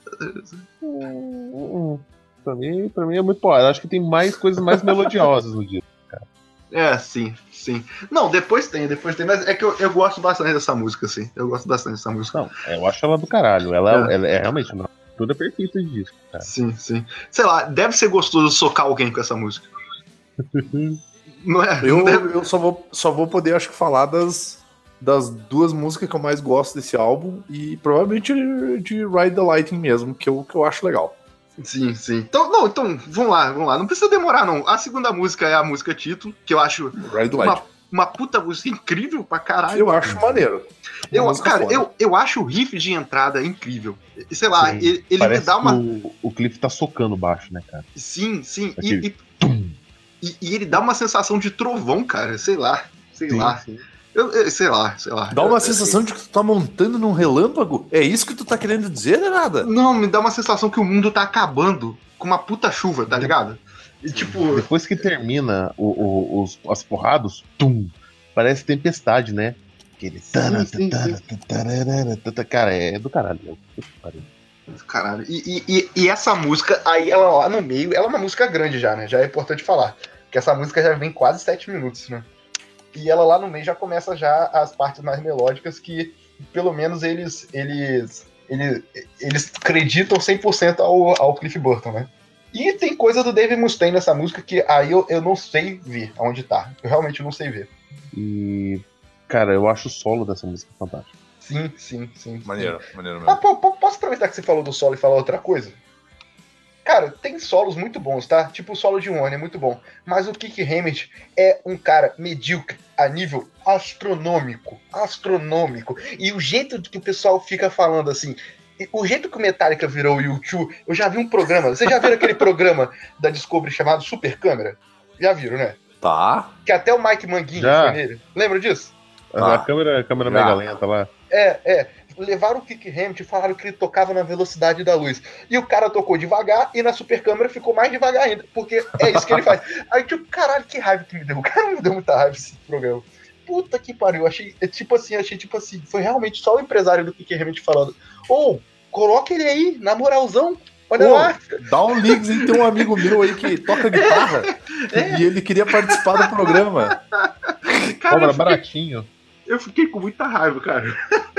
Pra mim é muito porrada. Acho que tem mais coisas mais melodiosas no disco, cara. É, sim. Não, depois tem, mas é que eu gosto bastante dessa música, assim. Eu gosto bastante dessa música. Não, eu acho ela do caralho. Ela é realmente uma toda perfeita de disco, cara. Sim. Sei lá, deve ser gostoso socar alguém com essa música. Não é? Eu só vou poder, acho que, falar das duas músicas que eu mais gosto desse álbum e provavelmente de Ride the Lightning mesmo, que eu acho legal. Sim. Então, vamos lá. Não precisa demorar, não. A segunda música é a música título, que eu acho uma puta música incrível pra caralho. Eu acho maneiro. Eu acho o riff de entrada incrível. Sei lá, ele me dá uma... O Cliff tá socando baixo, né, cara? Sim. E ele dá uma sensação de trovão, cara. Sei lá. Sim. Sei lá. Dá uma sensação de que tu tá montando num relâmpago? É isso que tu tá querendo dizer, né, nada? Não, me dá uma sensação que o mundo tá acabando com uma puta chuva, tá ligado? E, tipo... Depois que termina as porradas, parece tempestade, né? Aquele... Sim. Cara, é do caralho. Caralho. E essa música, aí ela lá no meio, ela é uma música grande já, né? Já é importante falar. Que essa música já vem quase 7 minutos, né? E ela lá no meio já começa já as partes mais melódicas que, pelo menos, eles acreditam 100% ao Cliff Burton, né? E tem coisa do Dave Mustaine nessa música que aí eu não sei ver aonde tá. Eu realmente não sei ver. E, cara, eu acho o solo dessa música fantástico. Sim. Maneiro mesmo. Ah, posso aproveitar que você falou do solo e falar outra coisa? Cara, tem solos muito bons, tá? Tipo o solo de One é muito bom. Mas o Kirk Hammett é um cara medíocre a nível astronômico. E o jeito que o pessoal fica falando assim... O jeito que o Metallica virou o U2... Eu já vi um programa... Vocês já viram aquele programa da Discovery chamado Super Câmera? Já viram, né? Tá. Que até o Mike Manguinho foi nele. Lembra disso? A câmera mega lenta lá. Levaram o Kirk Hammett e falaram que ele tocava na velocidade da luz. E o cara tocou devagar e na super câmera ficou mais devagar ainda. Porque é isso que ele faz. Aí, tipo, caralho, que raiva que me deu. O cara me deu muita raiva esse programa. Puta que pariu. Achei tipo assim. Foi realmente só o empresário do Kirk Hammett falando. Coloca ele aí, na moralzão. Olha lá. Dá um links em tem um amigo meu aí que toca guitarra. E ele queria participar do programa. Cobra baratinho. Eu fiquei com muita raiva, cara.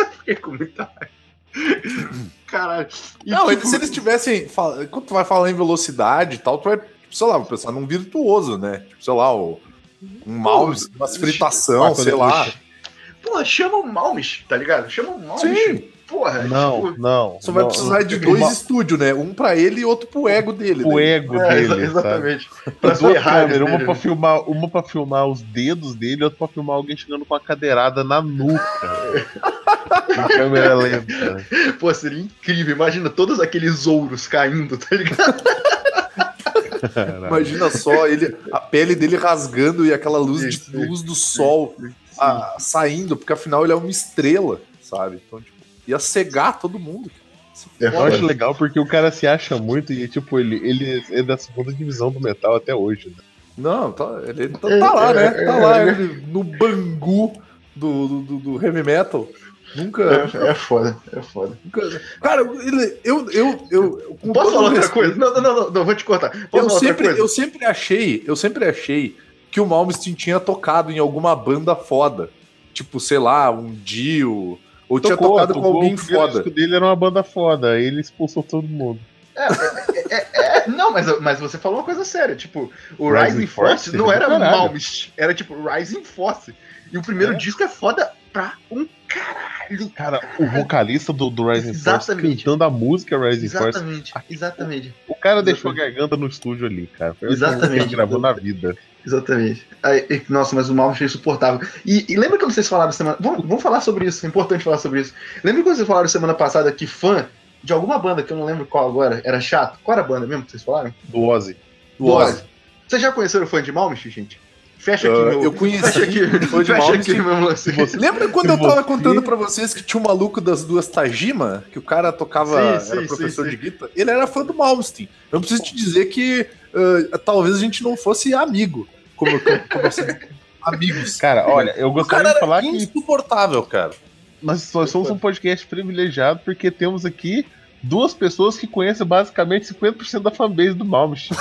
Caralho. Não, se eles tivessem. Quando tu vai falar em velocidade e tal, tu vai, sei lá, pensar num virtuoso, né? Tipo, sei lá, um mouse, uma fritação, sei lá. Pô, chama o Malmes, tá ligado? Chama o Malmes. Sim. Porra. Não. Só vai precisar de 2 estúdios, né? Um pra ele e outro pro ego dele. O ego dele. Exatamente. As duas câmeras, uma pra filmar os dedos dele e outra pra filmar alguém chegando com a cadeirada na nuca. Em câmera lenta. Pô, seria incrível. Imagina todos aqueles ouros caindo, tá ligado? Imagina só, a pele dele rasgando e aquela luz do sol saindo, porque afinal ele é uma estrela, sabe? Então, tipo, ia cegar todo mundo. Eu acho legal porque o cara se acha muito e, tipo, ele é da segunda divisão do metal até hoje, né? Não, ele tá lá, né? Tá lá no Bangu do heavy metal. Nunca. É foda. Cara, eu posso falar outra coisa? Não, vou te cortar. Eu sempre achei que o Malmsteen tinha tocado em alguma banda foda. Tipo, sei lá, um Dio. Ou tinha tocado com alguém foda. O disco dele era uma banda foda, aí ele expulsou todo mundo. Não, mas você falou uma coisa séria. Tipo, o Rising Force não era Malmsteen, era tipo Rising Force. E o primeiro disco é foda pra um caralho. Cara, o vocalista do Rising Force cantando a música Rising Force. Exatamente. O cara deixou a garganta no estúdio ali, cara. Foi Exatamente. Que ele gravou na vida. Exatamente. Nossa, mas o Malmsteen é insuportável. E lembra quando vocês falaram semana... Vamos falar sobre isso, é importante falar sobre isso. Lembra quando vocês falaram semana passada que fã de alguma banda, que eu não lembro qual agora, era chato? Qual era a banda mesmo que vocês falaram? Do Ozzy. Do Ozzy. Vocês já conheceram o fã de Malmsteen, gente? Fecha aqui, meu... Eu conheci fecha aqui meu lance. Lembra quando eu tava contando pra vocês que tinha um maluco das duas Tajima? Que o cara tocava, era professor de guitarra? Ele era fã do Malmsteen. Eu preciso te dizer que talvez a gente não fosse amigo. Como assim, amigos. Cara, olha, eu gostaria de falar que... insuportável, cara. Nós somos um podcast privilegiado porque temos aqui duas pessoas que conhecem basicamente 50% da fanbase do Malmsteen.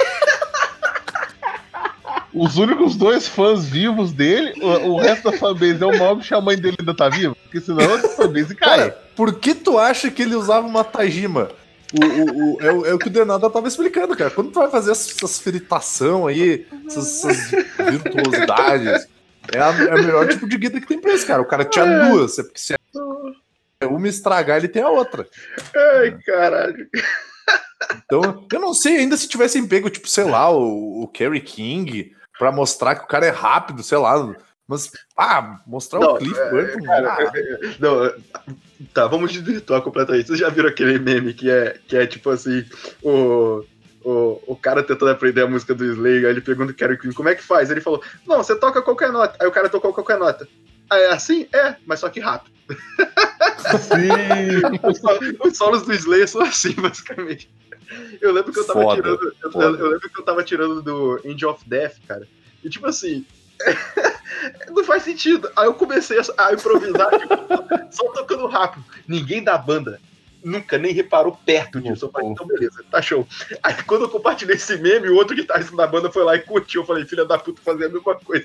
Os únicos dois fãs vivos dele, o resto da fanbase é o Malmsteen, a mãe dele ainda tá viva, porque senão a fanbase cai. Cara, por que tu acha que ele usava uma Tajima? É o que o Denada tava explicando, cara. Quando tu vai fazer essas fritação aí, essas virtuosidades, é o melhor tipo de guita que tem pra isso, cara. O cara tinha duas, porque se uma estragar, ele tem a outra. Ai, caralho. Então, eu não sei ainda se tivessem pego, tipo, sei lá, o Kerry King pra mostrar que o cara é rápido, sei lá. Mas, mostrar o Cliff Burton. Tá, vamos desvirtuar completamente. Vocês já viram aquele meme que é tipo assim, o cara tentando aprender a música do Slayer, aí ele pergunta o Kerry King, como é que faz? Ele falou, não, você toca qualquer nota. Aí o cara tocou qualquer nota. Aí é assim? É, mas só que rápido. Sim. Os solos do Slayer são assim, basicamente. Eu lembro que eu tava tirando. Eu lembro que eu tava tirando do End of Death, cara. E tipo assim. Não faz sentido. Aí eu comecei a improvisar, tipo, só tocando rápido. Ninguém da banda nunca nem reparou perto disso. Eu falei, então beleza, tá show. Aí quando eu compartilhei esse meme, o outro guitarrista da banda foi lá e curtiu. Eu falei, filha da puta, fazer a mesma coisa.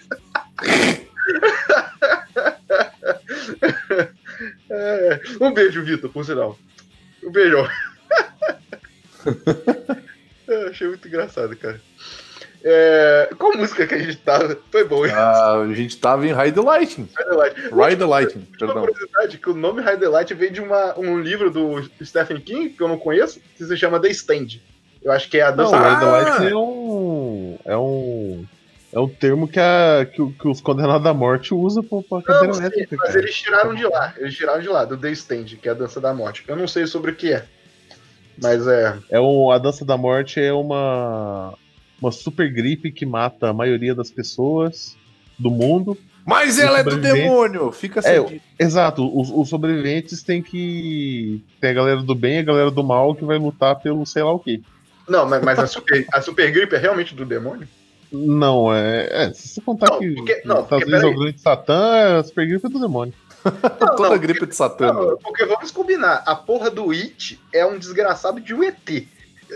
Um beijo, Vitor, por sinal. Um beijão. Achei muito engraçado, cara. Qual música que a gente tava? Foi bom, hein? A gente tava em Ride the Lightning. Ride the Lightning, perdão. Uma curiosidade que o nome Ride the Lightning vem de um livro do Stephen King, que eu não conheço, que se chama The Stand. Eu acho que é a dança. Ride the Lightning é um termo que os condenados à morte usam pra cadeira elétrica. Mas eles tiraram de lá. Do The Stand, que é a dança da morte. Eu não sei sobre o que é. Mas a dança da morte é uma super gripe que mata a maioria das pessoas do mundo. Mas ela é do demônio! Fica assim. Exato, os sobreviventes tem a galera do bem e a galera do mal que vai lutar pelo sei lá o quê. Não, mas a super gripe é realmente do demônio? Não, se você contar às vezes é o grande Satã, a super gripe é do demônio. Toda gripe de Satã. Porque vamos combinar, a porra do It é um desgraçado de um ET.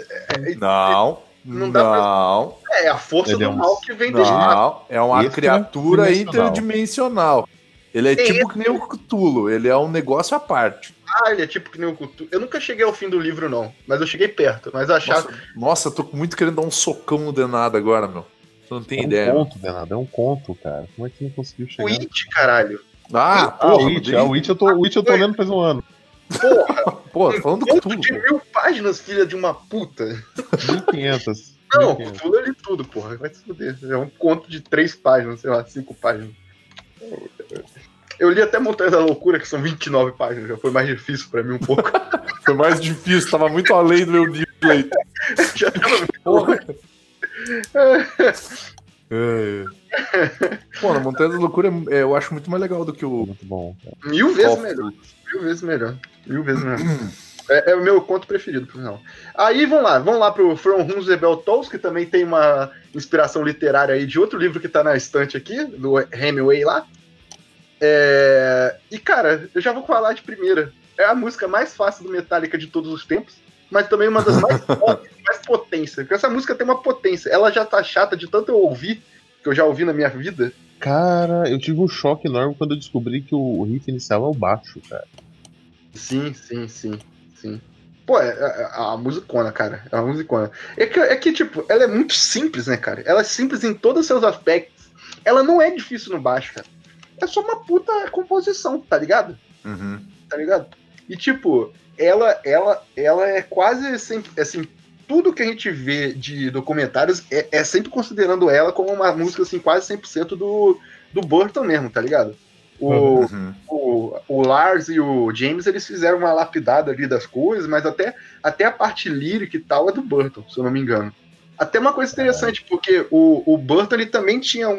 Não dá pra... É a força do mal que vem desse lado. É uma criatura interdimensional. Ele é tipo que nem o Cthulhu, ele é um negócio à parte. Ele é tipo que nem o Cthulhu. Eu nunca cheguei ao fim do livro, não, mas eu cheguei perto. Mas Nossa, eu tô muito querendo dar um socão no Denado agora, meu. Você não tem ideia. É um conto, Denado, é um conto, cara. Como é que você não conseguiu chegar? O It, caralho. O It eu tô lendo faz um ano. Porra, falando do Cthulhu. De 1000 páginas, filha de uma puta. 1500. Não, Cthulhu é de tudo, porra. Vai se fuder. É um conto de 3 páginas, sei lá, 5 páginas. Eu li até Montanha da Loucura, que são 29 páginas. Já foi mais difícil pra mim um pouco. Foi mais difícil, tava muito além do meu nível. Já tava porra. Pô, na Montanha da Loucura eu acho muito mais legal do que o... Muito bom. Cara. 1000 vezes melhor. 1000 vezes melhor. 1000 vezes melhor. É o meu conto preferido, por sinal. Aí vamos lá pro From Whom the Bell Tolls, que também tem uma inspiração literária aí de outro livro que tá na estante aqui, do Hemingway lá. E cara, eu já vou falar de primeira. É a música mais fácil do Metallica de todos os tempos, mas também uma das mais mais potência. Porque essa música tem uma potência. Ela já tá chata de tanto eu ouvir, que eu já ouvi na minha vida. Cara, eu tive um choque enorme quando eu descobri que o riff inicial é o baixo, cara. Sim. Pô, a musicona, cara. É uma musicona. É que, tipo, ela é muito simples, né, cara? Ela é simples em todos os seus aspectos. Ela não é difícil no baixo, cara. É só uma puta composição, tá ligado? Uhum. Tá ligado? E, tipo, ela é quase sempre, assim, tudo que a gente vê de documentários é sempre considerando ela como uma música, assim, quase 100% do Burton mesmo, tá ligado? Uhum. O Lars e o James, eles fizeram uma lapidada ali das coisas, mas até a parte lírica e tal é do Burton, se eu não me engano. Até uma coisa interessante, porque o Burton, ele também tinha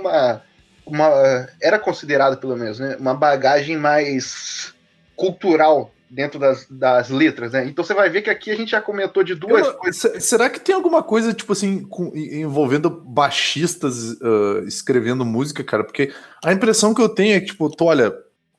era considerado, pelo menos, né, uma bagagem mais cultural dentro das letras, né? Então você vai ver que aqui a gente já comentou de duas coisas. Será que tem alguma coisa, tipo assim, envolvendo baixistas escrevendo música, cara? Porque a impressão que eu tenho é que, tipo, tu olha,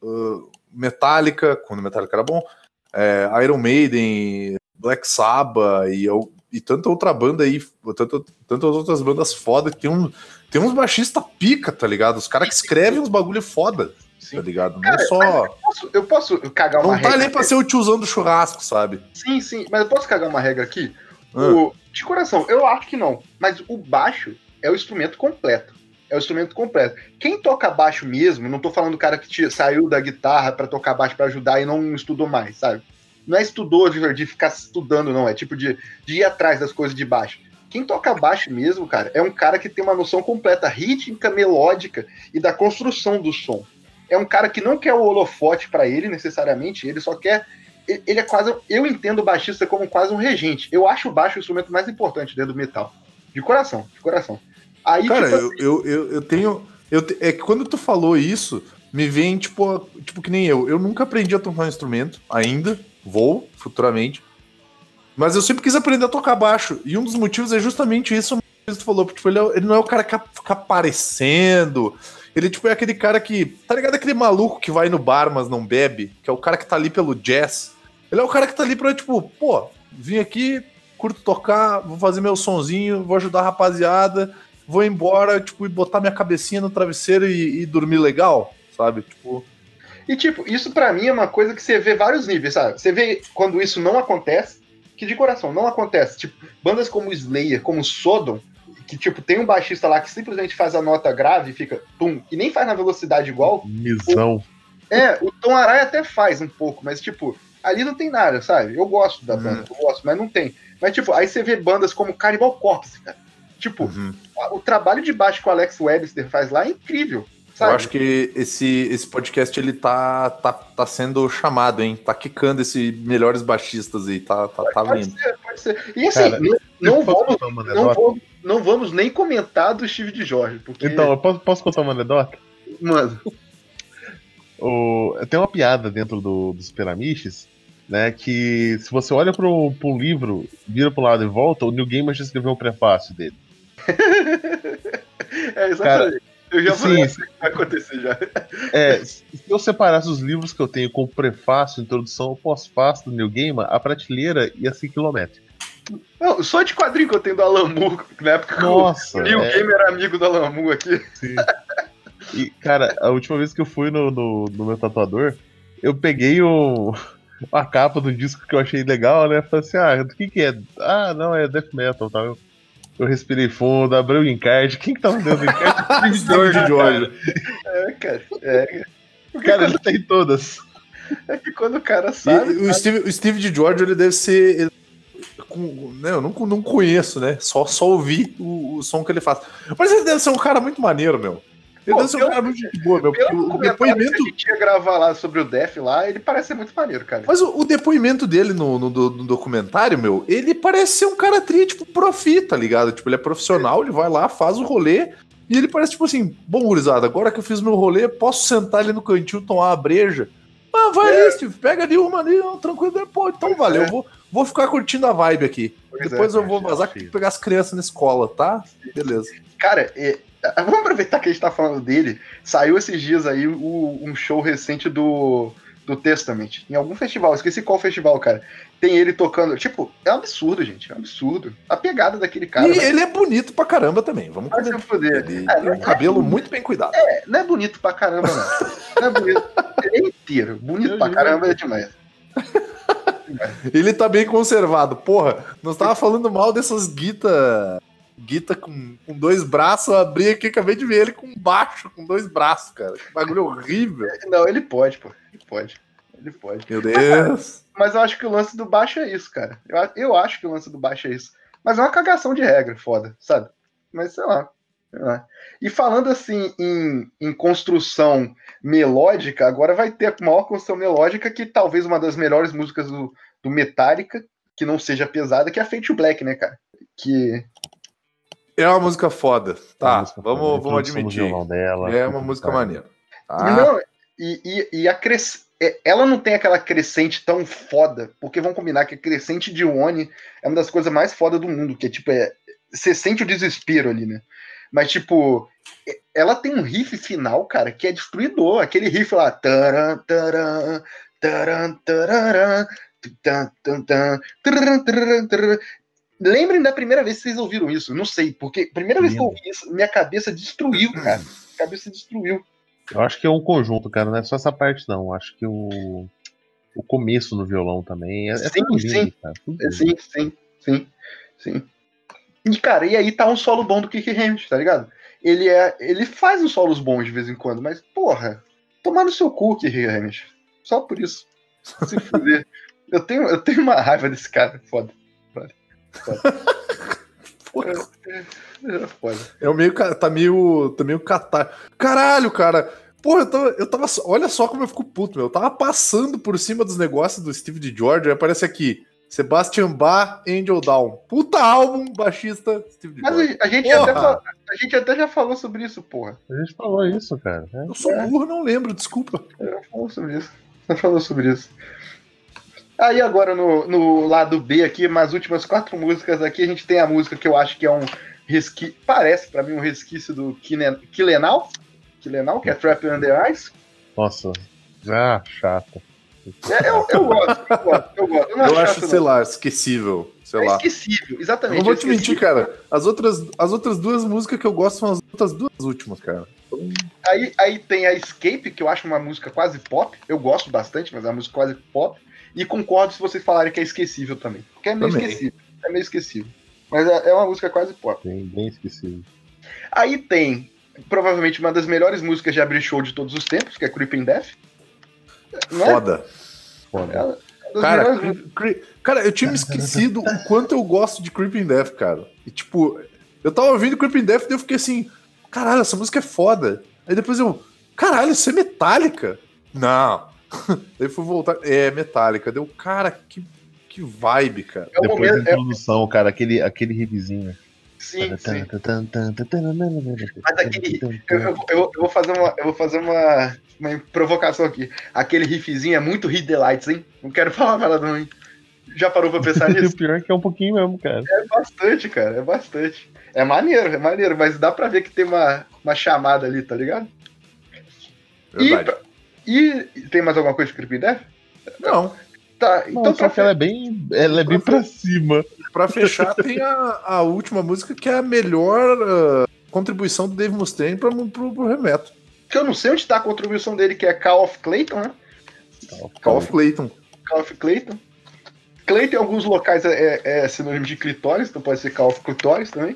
Metallica, quando Metallica era bom, Iron Maiden, Black Sabbath e tanta outra banda aí, tantas outras bandas foda que tem uns baixistas pica, tá ligado? Os caras que escrevem uns bagulho foda. Sim. Tá ligado? Não cara, só. Eu posso cagar uma regra. Não tá ali pra ser o tiozão do churrasco, sabe? Sim, mas eu posso cagar uma regra aqui? De coração, eu acho que não. Mas o baixo é o instrumento completo. É o instrumento completo. Quem toca baixo mesmo, não tô falando do cara que saiu da guitarra pra tocar baixo pra ajudar e não estudou mais, sabe? Não é estudou de ficar estudando, não. É tipo de ir atrás das coisas de baixo. Quem toca baixo mesmo, cara, é um cara que tem uma noção completa rítmica, melódica e da construção do som. É um cara que não quer o holofote para ele, necessariamente, ele só quer... Ele é quase... Eu entendo o baixista como quase um regente. Eu acho o baixo o instrumento mais importante dentro do metal. De coração. Aí, cara, tipo assim, eu tenho... É que quando tu falou isso, me vem, tipo que nem eu. Eu nunca aprendi a tocar um instrumento, ainda. Vou, futuramente. Mas eu sempre quis aprender a tocar baixo. E um dos motivos é justamente isso que tu falou. Porque tipo, ele não é o cara que fica aparecendo... Ele, tipo, é aquele cara que... Tá ligado? Aquele maluco que vai no bar, mas não bebe? Que é o cara que tá ali pelo jazz. Ele é o cara que tá ali pra, tipo... Pô, vim aqui, curto tocar, vou fazer meu sonzinho, vou ajudar a rapaziada, vou embora, tipo, e botar minha cabecinha no travesseiro e dormir legal, sabe? Tipo... E, tipo, isso pra mim é uma coisa que você vê vários níveis, sabe? Você vê quando isso não acontece, que de coração não acontece. Tipo, bandas como Slayer, como Sodom, que, tipo, tem um baixista lá que simplesmente faz a nota grave e fica tum, e nem faz na velocidade igual. Missão. O Tom Araya até faz um pouco, mas, tipo, ali não tem nada, sabe? Eu gosto da banda, eu gosto, mas não tem. Mas, tipo, aí você vê bandas como Cannibal Corpse, cara. Tipo, o trabalho de baixo que o Alex Webster faz lá é incrível, sabe? Eu acho que esse podcast, ele tá sendo chamado, hein? Tá quicando esses melhores baixistas aí, tá vindo. Pode ser. E assim, cara, não vamos nem comentar do Steve de Jorge, porque... Então, eu posso contar uma anedota? Mano. Tem uma piada dentro dos Piramiches, né, que se você olha para um livro, vira para um lado e volta, o Neil Gaiman já escreveu um prefácio dele. Exatamente. Cara, eu já falei que vai acontecer já. Se eu separasse os livros que eu tenho com prefácio, introdução, pós-fácio do Neil Gaiman, a prateleira ia ser quilométrica. Não, só de quadrinho que eu tenho do Alan Moore, na época que o Neil Gaiman era amigo do Alan Moore aqui. Sim. E, cara, a última vez que eu fui no meu tatuador, eu peguei a capa do disco que eu achei legal, né? Falei assim, do que é? Ah, não, é death metal, tá? Eu respirei fundo, abri o encarte. Quem que tava dentro do encarte? Steve George. Cara. Cara, ele tem todas. É que quando o cara sabe... O Steve de George, ele deve ser... eu não conheço, né? Só ouvi o som que ele faz. Mas ele deve ser um cara muito maneiro, meu. Ele deve ser um cara muito gente boa, meu. Porque o depoimento que a gente ia gravar lá sobre o Def lá, ele parece ser muito maneiro, cara. Mas o depoimento dele no documentário, meu, ele parece ser um cara tipo, profi, tá ligado? Tipo, ele é profissional, ele vai lá, faz o rolê, e ele parece, tipo assim, bom, gurizada, agora que eu fiz meu rolê, posso sentar ali no cantinho, tomar uma breja? Ah, vai ali, Steve, pega ali uma ali, tranquilo, pô, então valeu, eu vou ficar curtindo a vibe aqui. Depois eu vou vazar que pegar as crianças na escola, tá? Beleza. Cara, vamos aproveitar que a gente tá falando dele. Saiu esses dias aí um show recente do Testament. Em algum festival, esqueci qual festival, cara. Tem ele tocando. Tipo, é um absurdo, gente. É um absurdo. A pegada daquele cara. E ele é bonito pra caramba também. Vamos se fuder. Ele tem um cabelo muito bem cuidado. Não é bonito pra caramba, não. Não é bonito. Ele é inteiro. Bonito pra caramba é demais. Ele tá bem conservado. Porra, nós tava falando mal dessas guita com 2 braços. Eu abri aqui, acabei de ver ele com baixo, com 2 braços, cara. Que bagulho horrível. Não, ele pode, pô. Ele pode. Meu Deus. Mas eu acho que o lance do baixo é isso, cara. Eu acho que o lance do baixo é isso. Mas é uma cagação de regra, foda, sabe? Mas sei lá. E falando assim em construção melódica, agora vai ter a maior construção melódica, que talvez uma das melhores músicas do Metallica, que não seja pesada, que é a Fade to Black, né, cara? Que É uma música foda. Tá, música vamos foda. admitir. Dela, É uma música maneira. Tá? Não, ela não tem aquela crescente tão foda, porque vamos combinar que a crescente de One é uma das coisas mais fodas do mundo, que é tipo, você sente o desespero ali, né? Mas, tipo, ela tem um riff final, cara, que é destruidor. Aquele riff lá. Taran, taran, taran, taran, taran, taran, taran, taran. Lembrem da primeira vez que vocês ouviram isso. Não sei, porque primeira vez que eu ouvi isso, minha cabeça destruiu, cara. Minha cabeça destruiu. Eu acho que é um conjunto, cara, não é só essa parte, não. Eu acho que o começo no violão também é tudo lindo, cara. Tudo lindo. Sim. E, cara, e aí tá um solo bom do Kirk Hammett, tá ligado? Ele faz uns solos bons de vez em quando, mas, porra, tomar no seu cu, Kirk Hammett. Só por isso. Se fuder. Eu tenho uma raiva desse cara. Foda. Foda. Tá meio catar. Caralho, cara. Porra, eu tava. Olha só como eu fico puto, meu. Eu tava passando por cima dos negócios do Steve de George, aí aparece aqui. Sebastian Bach, Angel Down. Puta álbum, baixista, Steve de George. Mas a gente até já falou sobre isso, porra. A gente falou isso, cara. Eu sou burro, não lembro, desculpa. Falou sobre isso. Aí agora no lado B aqui, nas últimas 4 músicas aqui, a gente tem a música que eu acho que é um resquício, parece pra mim um resquício do Killenal, que é Trap Under Ice. Nossa, chato. Eu gosto. Eu acho, sei lá, esquecível. Sei lá. Esquecível, exatamente. Não vou te mentir, cara. As outras 2 músicas que eu gosto são as outras 2 últimas, cara. Aí tem a Escape, que eu acho uma música quase pop. Eu gosto bastante, mas é uma música quase pop. E concordo se vocês falarem que é esquecível também. Porque é meio esquecível. Mas é uma música quase pop. Bem esquecível. Aí tem, provavelmente, uma das melhores músicas de abrir show de todos os tempos, que é Creeping Death. Foda. Cara, eu tinha me esquecido o quanto eu gosto de Creeping Death, cara. E tipo, eu tava ouvindo Creeping Death e eu fiquei assim, caralho, essa música é foda. Aí depois caralho, isso é Metallica? Não. Daí fui voltar, Metallica. Deu, cara, que vibe, cara. Depois da introdução, cara, aquele riffzinho. Sim. Mas aquele. Eu vou fazer uma provocação aqui. Aquele riffzinho é muito Hit the Lights, hein? Não quero falar nada, não, hein? Já parou pra pensar nisso? O pior é que é um pouquinho mesmo, cara. É bastante, cara. É bastante. É maneiro, mas dá pra ver que tem uma chamada ali, tá ligado? Verdade. E tem mais alguma coisa de Creeping Death? Não. Tá, então só que ela é bem pra cima. Pra fechar, tem a última música, que é a melhor contribuição do Dave Mustaine pro Remeto. Que eu não sei onde tá a contribuição dele, que é Call of Clayton, né? Call of Clayton. Clayton em alguns locais é sinônimo de clitóris, então pode ser Call of Clitóris também.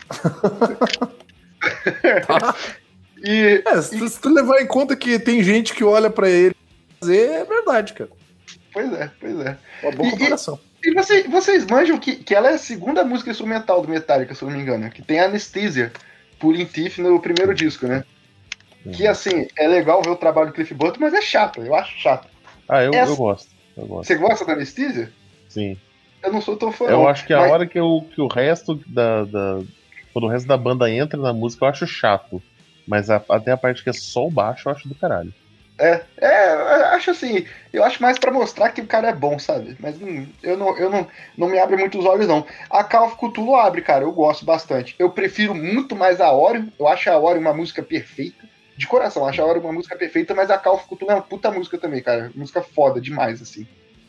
Se tu levar em conta que tem gente que olha pra ele fazer, é verdade, cara. Pois é. Uma boa comparação. E vocês manjam que ela é a segunda música instrumental do Metallica, se eu não me engano, que tem Anesthesia, Pulling Teeth no primeiro disco, né? Que, assim, é legal ver o trabalho do Cliff Burton, mas é chato, eu acho chato. Eu gosto. Você gosta da Anesthesia? Sim. Eu não sou tão fã. Eu acho que a hora que o resto quando o resto da banda entra na música, eu acho chato. Mas até a parte que é só o baixo, eu acho do caralho. Eu acho assim, eu acho mais pra mostrar que o cara é bom, sabe? Mas eu não me abre muito os olhos, não. A Call of Cthulhu abre, cara, eu gosto bastante. Eu prefiro muito mais a Orion, eu acho a Orion uma música perfeita. De coração, acho a Orion uma música perfeita, mas a Call of Cthulhu é uma puta música também, cara. Música foda demais, assim.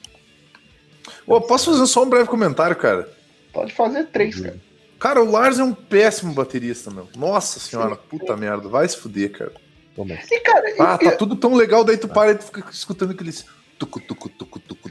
Posso fazer só um breve comentário, cara? Pode fazer 3, cara. Cara, o Lars é um péssimo baterista, meu. Nossa senhora, puta merda, vai se fuder, cara. E, cara, tá tudo tão legal, daí tu para e tu fica escutando aqueles...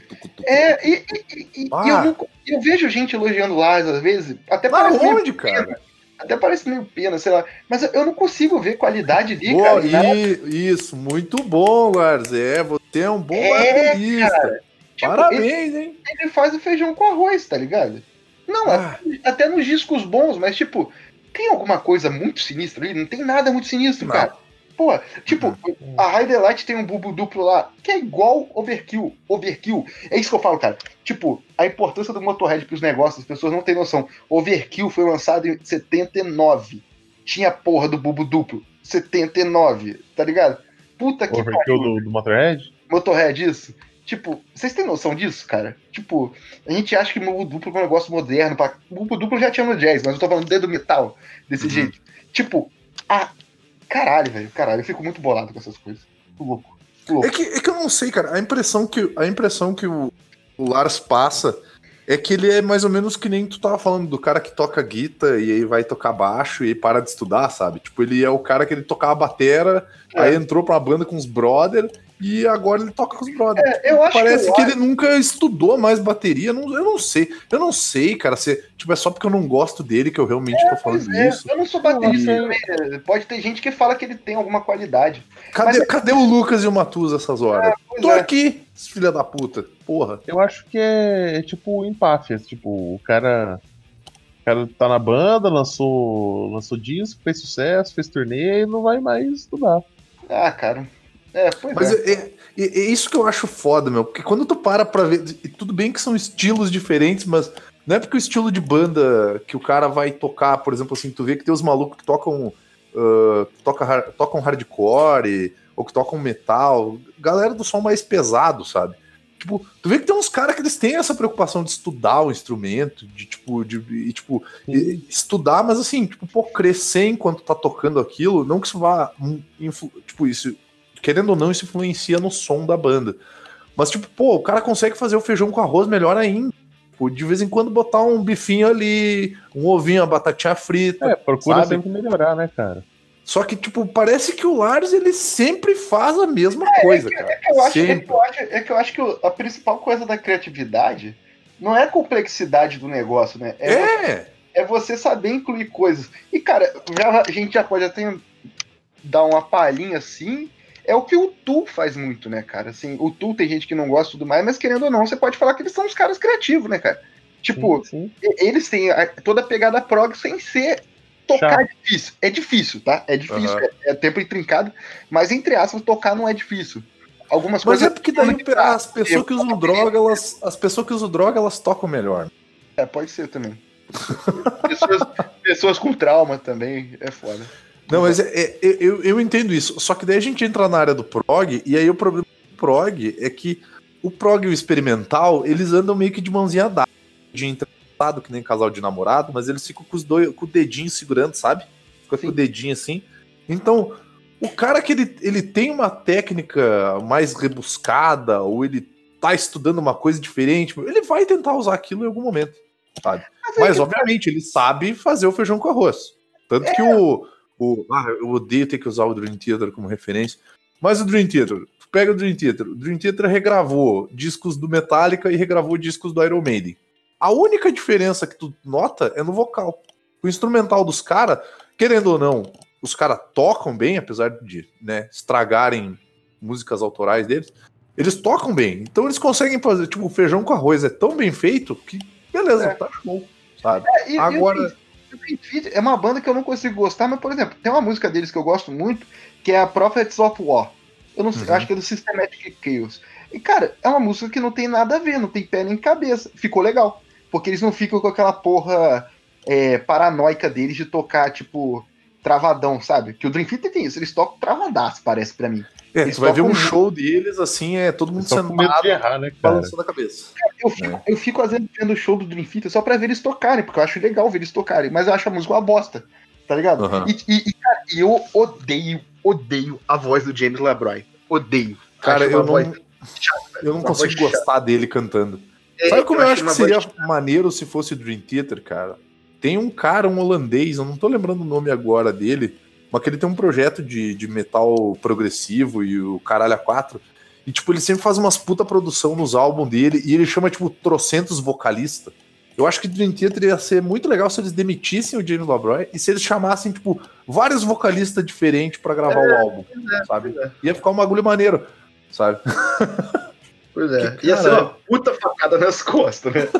Eu vejo gente elogiando Lars às vezes, até parece onde, cara? Até parece meio pena, sei lá. Mas eu não consigo ver qualidade ali, Boa, cara. Isso, muito bom, Lars. Você é um bom baterista. Tipo, Parabéns, hein? Ele faz o feijão com arroz, tá ligado? Não, até nos discos bons, mas tipo, tem alguma coisa muito sinistra ali? Não tem nada muito sinistro, cara. Pô, tipo, a High Delight tem um bubo duplo lá, que é igual Overkill. Overkill. É isso que eu falo, cara. Tipo, a importância do Motorhead pros negócios, as pessoas não têm noção. Overkill foi lançado em 79. Tinha a porra do bubo duplo. 79, tá ligado? Puta que pariu. Overkill do Motorhead? Motorhead, isso. Tipo, vocês têm noção disso, cara? Tipo, a gente acha que bubo duplo é um negócio moderno. Bubo duplo já tinha no jazz, mas eu tô falando do metal desse jeito. Tipo, caralho, velho. Caralho, eu fico muito bolado com essas coisas. Louco. É que eu não sei, cara. A impressão que o Lars passa é que ele é mais ou menos que nem tu tava falando do cara que toca guitarra e aí vai tocar baixo e aí para de estudar, sabe? Tipo, ele é o cara que ele tocava batera, aí entrou pra uma banda com os brother e agora ele toca com os brother. Parece que ele nunca estudou mais bateria. Eu não sei. Eu não sei, cara. Tipo, é só porque eu não gosto dele que eu realmente tô falando isso. Eu não sou baterista também. Pode ter gente que fala que ele tem alguma qualidade. Cadê o Lucas e o Matus essas horas? Tô aqui, filha da puta. Porra. Eu acho que é tipo empáfia. Tipo, o cara tá na banda, lançou disco, fez sucesso, fez turnê e não vai mais estudar. Cara. Mas é isso que eu acho foda, meu. Porque quando tu para pra ver. Tudo bem que são estilos diferentes, mas não é porque o estilo de banda que o cara vai tocar, por exemplo, assim, tu vê que tem os malucos que tocam. Tocam hardcore ou que tocam metal. Galera do som mais pesado, sabe? Tipo, tu vê que tem uns caras que eles têm essa preocupação de estudar o instrumento, estudar, mas assim, tipo, crescer enquanto tá tocando aquilo, não que isso vá, isso, querendo ou não, isso influencia no som da banda. Mas, tipo, o cara consegue fazer o feijão com arroz melhor ainda. Tipo, de vez em quando botar um bifinho ali, um ovinho, uma batatinha frita. Procura sempre melhorar, né, cara? Só que, tipo, parece que o Lars, ele sempre faz a mesma coisa, cara. É que eu acho que a principal coisa da criatividade não é a complexidade do negócio, né? É você saber incluir coisas. E, cara, a gente já pode até dar uma palhinha assim. É o que o Tool faz muito, né, cara? Assim, o Tool tem gente que não gosta e tudo mais, mas querendo ou não, você pode falar que eles são os caras criativos, né, cara? Tipo, eles têm toda a pegada prog sem ser tocar difícil. É difícil, tá? É difícil, é tempo intrincado, mas entre aspas, tocar não é difícil. Algumas mas coisas. É porque daí as pessoas que usam droga, elas tocam melhor. Pode ser também. pessoas com trauma também, é foda. Não, mas eu entendo isso. Só que daí a gente entra na área do prog, e aí o problema do prog é que o prog e o experimental, eles andam meio que de mãozinha dada, de entretado, que nem casal de namorado, mas eles ficam com o dedinho segurando, sabe? Fica com o dedinho assim. Então, o cara que ele tem uma técnica mais rebuscada, ou ele tá estudando uma coisa diferente, ele vai tentar usar aquilo em algum momento, sabe? Mas obviamente, ele sabe fazer o feijão com arroz. Tanto que eu odeio ter que usar o Dream Theater como referência, mas o Dream Theater, tu pega o Dream Theater regravou discos do Metallica e regravou discos do Iron Maiden. A única diferença que tu nota é no vocal. O instrumental dos caras, querendo ou não, os caras tocam bem, apesar de, né, estragarem músicas autorais deles, eles tocam bem. Então eles conseguem fazer, tipo, o feijão com arroz é tão bem feito que, beleza, tá show, sabe? Agora... É uma banda que eu não consigo gostar, mas, por exemplo, tem uma música deles que eu gosto muito, que é a Prophets of War. Eu não sei, acho que é do Systematic Chaos. E, cara, é uma música que não tem nada a ver, não tem pé nem cabeça. Ficou legal. Porque eles não ficam com aquela porra paranoica deles de tocar, tipo, travadão, sabe? Que o Dream Theater tem isso, eles tocam travadaço, parece pra mim. Tu vai ver um show deles, assim, todo mundo sentado, né, balançando a cabeça. Eu fico às vezes vendo o show do Dream Theater só pra ver eles tocarem, porque eu acho legal ver eles tocarem, mas eu acho a música uma bosta, tá ligado? Cara, eu odeio a voz do James LeBroy. Odeio. Cara, eu não consigo gostar dele cantando. Sabe como eu acho que seria maneiro se fosse Dream Theater, cara? Tem um cara, um holandês, eu não tô lembrando o nome agora dele, mas que ele tem um projeto de metal progressivo e o caralho a 4. E, tipo, ele sempre faz umas puta produção nos álbuns dele e ele chama, tipo, trocentos vocalistas. Eu acho que o Dream Theater ia ser muito legal se eles demitissem o James Labroy e se eles chamassem, tipo, vários vocalistas diferentes pra gravar o álbum, sabe? Ia ficar um bagulho maneiro, sabe? Pois é. Ia ser uma puta facada nas costas, né?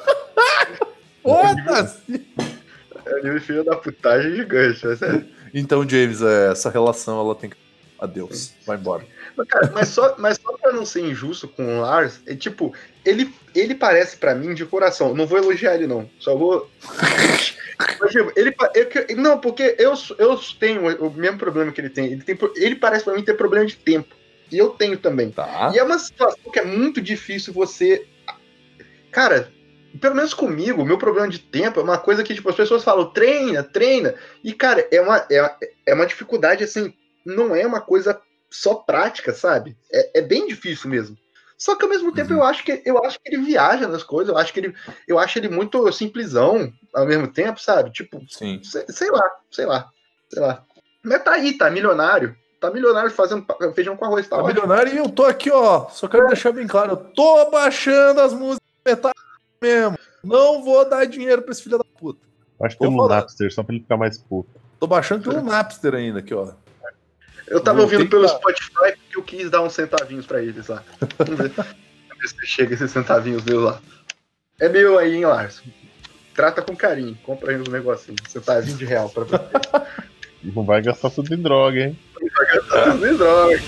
Foda-se! É um filho da putagem gigante, mas é. Então, James, essa relação, ela tem que... Adeus, vai embora. Mas só pra não ser injusto com o Lars, tipo, ele parece pra mim de coração. Não vou elogiar ele, não. Só vou. Mas, tipo, não, porque eu tenho o mesmo problema que ele tem. Ele parece pra mim ter problema de tempo. E eu tenho também. Tá. E é uma situação que é muito difícil você. Cara, pelo menos comigo, o meu problema de tempo é uma coisa que, tipo, as pessoas falam, treina. E, cara, é uma dificuldade, assim, não é uma coisa só prática, sabe? É bem difícil mesmo. Só que ao mesmo tempo eu acho que ele viaja nas coisas, eu acho ele muito simplesão ao mesmo tempo, sabe? Tipo, sim. Sei lá. Mas tá milionário. Tá milionário fazendo feijão com arroz, tá ótimo. Milionário e eu tô aqui, ó. Só quero deixar bem claro, eu tô baixando as músicas metal mesmo. Não vou dar dinheiro pra esse filho da puta. Acho que pelo Napster, só pra ele ficar mais puto. Tô baixando pelo Napster ainda aqui, ó. Eu tava ouvindo pelo Spotify porque eu quis dar uns centavinhos pra eles lá. Vamos ver se chega esses centavinhos meus lá. É meu aí, hein, Lars? Trata com carinho. Compra aí uns negocinhos. Centavinho de real pra você. Não vai gastar tudo em droga, hein? Não vai gastar tudo em droga.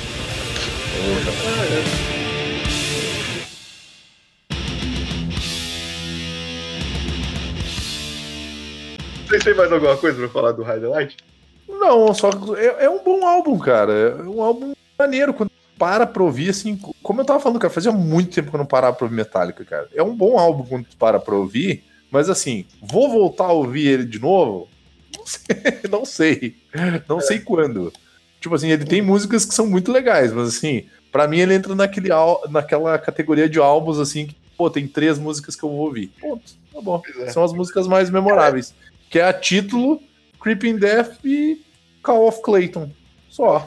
Vocês têm mais alguma coisa pra falar do Highlight? Não, só é um bom álbum, cara. É um álbum maneiro. Quando para pra ouvir, assim, como eu tava falando, cara, fazia muito tempo que eu não parava pra ouvir Metallica, cara. É um bom álbum quando tu para pra ouvir, mas assim, vou voltar a ouvir ele de novo? Não sei. Não sei quando. Tipo assim, ele tem músicas que são muito legais, mas assim, pra mim ele entra naquela categoria de álbuns, assim, que, pô, tem 3 músicas que eu vou ouvir. Ponto, tá bom. São as músicas mais memoráveis. Que é a Título, Creeping Death e Call of Clayton. Só.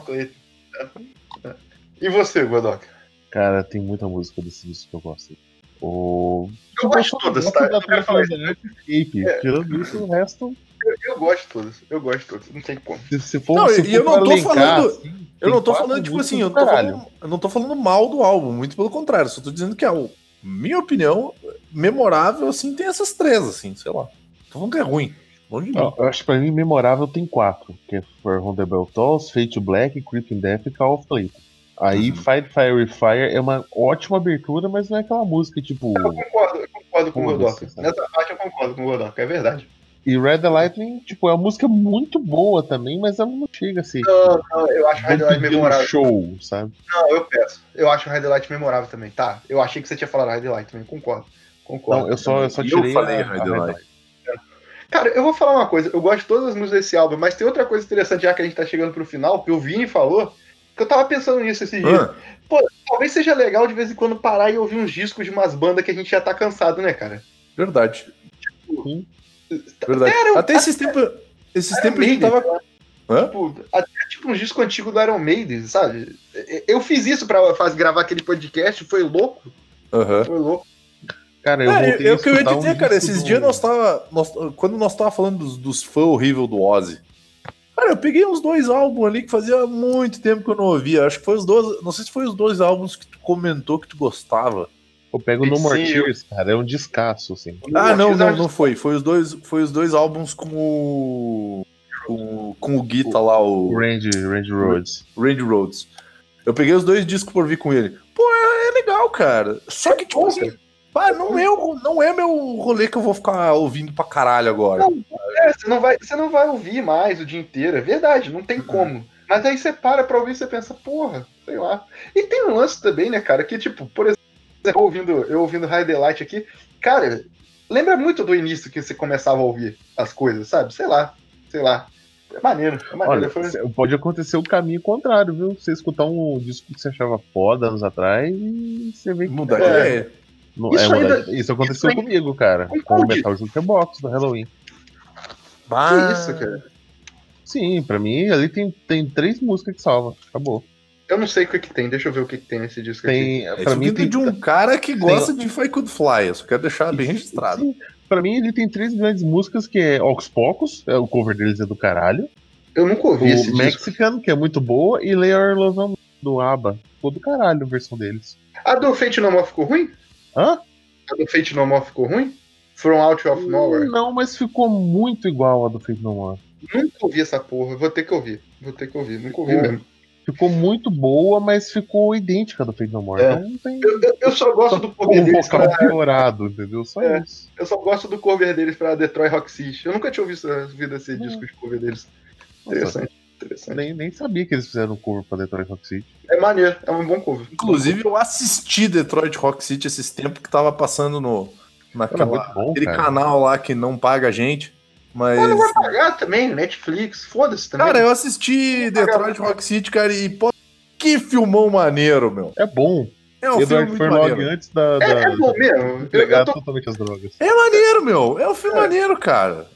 E você, Godoka? Cara, tem muita música desse disco que eu gosto. Eu gosto de todas, tá? Eu quero falar isso. Tirando isso, o resto... Eu gosto de todas. Não tem como. Se for eu não tô falando... Assim, eu não tô falando, tipo assim, eu não tô falando mal do álbum, muito pelo contrário. Só tô dizendo que minha opinião, memorável, assim, tem essas 3, assim, sei lá. Tô falando que é ruim. Eu acho que pra mim memorável tem 4, que é For Whom the Bell Tolls, Fade to Black, Creeping Death e Call of Clayton. Aí Fight Fire Fire é uma ótima abertura, mas não é aquela música tipo... Eu concordo com o Godoka. Nessa parte eu concordo com o Godoka, é verdade. E Red the Lightning, tipo, é uma música muito boa também, mas ela não chega a ser... Não, eu acho Red the Light memorável. Show, sabe? Não, eu peço. Eu acho Red the Light memorável também. Tá, eu achei que você tinha falado Red the Light também, concordo. Não, eu só tirei a Red the Light. Cara, eu vou falar uma coisa, eu gosto de todas as músicas desse álbum, mas tem outra coisa interessante, já que a gente tá chegando pro final, que o Vini falou, que eu tava pensando nisso esse dia. Pô, talvez seja legal de vez em quando parar e ouvir uns discos de umas bandas que a gente já tá cansado, né, cara? Verdade. Verdade. Até esses tempos a gente tava... Tipo uns discos antigos do Iron Maiden, sabe? Eu fiz isso pra gravar aquele podcast, foi louco. Foi louco. Cara, eu o que eu ia dizer, cara, esses dias quando nós tava falando dos fãs horríveis do Ozzy, cara, eu peguei uns 2 álbuns ali que fazia muito tempo que eu não ouvia. Acho que foi os 2, não sei se foi os 2 álbuns que tu comentou que tu gostava. Eu pego No More Tears, cara, é um descasso, assim. Não foi. Foi os dois álbuns com o Guita lá, o Randy Rhoads. Randy Rhoads. Eu peguei os 2 discos por vir com ele. Pô, é legal, cara. Só que, tipo assim, não é meu rolê que eu vou ficar ouvindo pra caralho agora. Você não vai ouvir mais o dia inteiro, é verdade, não tem como. Mas aí você para pra ouvir e você pensa, porra, sei lá. E tem um lance também, né, cara, que tipo, por exemplo, eu ouvindo High Delight aqui, cara, lembra muito do início que você começava a ouvir as coisas, sabe? Sei lá. É maneiro. Olha, pode acontecer o caminho contrário, viu? Você escutar um disco que você achava foda anos atrás e você vê que... Muda de ideia. Isso aconteceu comigo, cara. Com o Metal Jukebox do Halloween. Que isso, cara? Sim, pra mim ali tem 3 músicas que salva. Acabou. Eu não sei o que tem, deixa eu ver o que tem nesse disco aqui. Pra mim tem de um cara que gosta de If I Could Fly, eu só quero deixar bem registrado. Sim. Pra mim ele tem 3 grandes músicas, que é Ocus Pocus, o cover deles é do caralho. Eu nunca ouvi esse disco. O Mexican, que é muito boa, e Lay Our Love On do ABBA. Ficou do caralho a versão deles. A do Fate No More ficou ruim? Hã? A do Fate No More ficou ruim? From Out of Nowhere? Não, mas ficou muito igual a do Fate No More. Nunca ouvi essa porra, vou ter que ouvir. Nunca ouvi mesmo. Ficou muito boa, mas ficou idêntica do Fate No More. Então não tem... eu só gosto do cover deles vocal piorado, entendeu? Só isso. Eu só gosto do cover deles pra Detroit Rock City. Eu nunca tinha ouvido esse disco de cover deles. Interessante. Nem sabia que eles fizeram um cover pra Detroit Rock City. É maneiro, é um bom cover. Inclusive, eu assisti Detroit Rock City esses tempos que tava passando naquele canal lá que não paga a gente. Mas não vai pagar também, Netflix, foda-se também. Cara, eu assisti Detroit Rock City, cara, e pô, que filmão maneiro, meu. É bom. É um filme muito maneiro. Antes da é bom mesmo. Pegar totalmente as drogas. É maneiro, meu. É um filme maneiro, cara.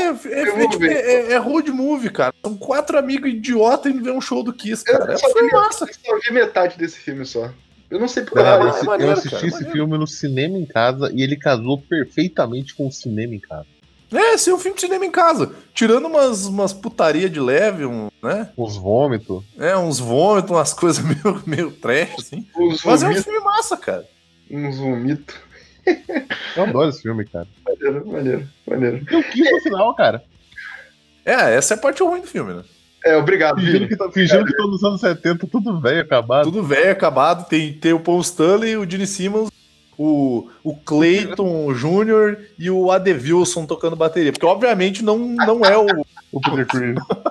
É road movie, cara. São 4 amigos idiotas indo ver um show do Kiss, cara. É um filme massa. Eu só vi metade desse filme só. Eu não sei por eu assisti esse filme no cinema em casa e ele casou perfeitamente com o cinema em casa. Esse é um filme de cinema em casa. Tirando umas putaria de leve, né? Uns vômitos. Uns vômitos, umas coisas meio trash, assim. Mas é um filme massa, cara. Uns vomitos. Eu adoro esse filme, cara. Maneiro. Tem o Kiss no final, cara. Essa é a parte ruim do filme, né? Obrigado, Fingindo que tá nos anos 70, tudo velho, acabado. Tudo velho, acabado. Tem o Paul Stanley, o Gene Simmons, o Clayton Jr. e o Adevilson tocando bateria. Porque, obviamente, não é o Peter Cream.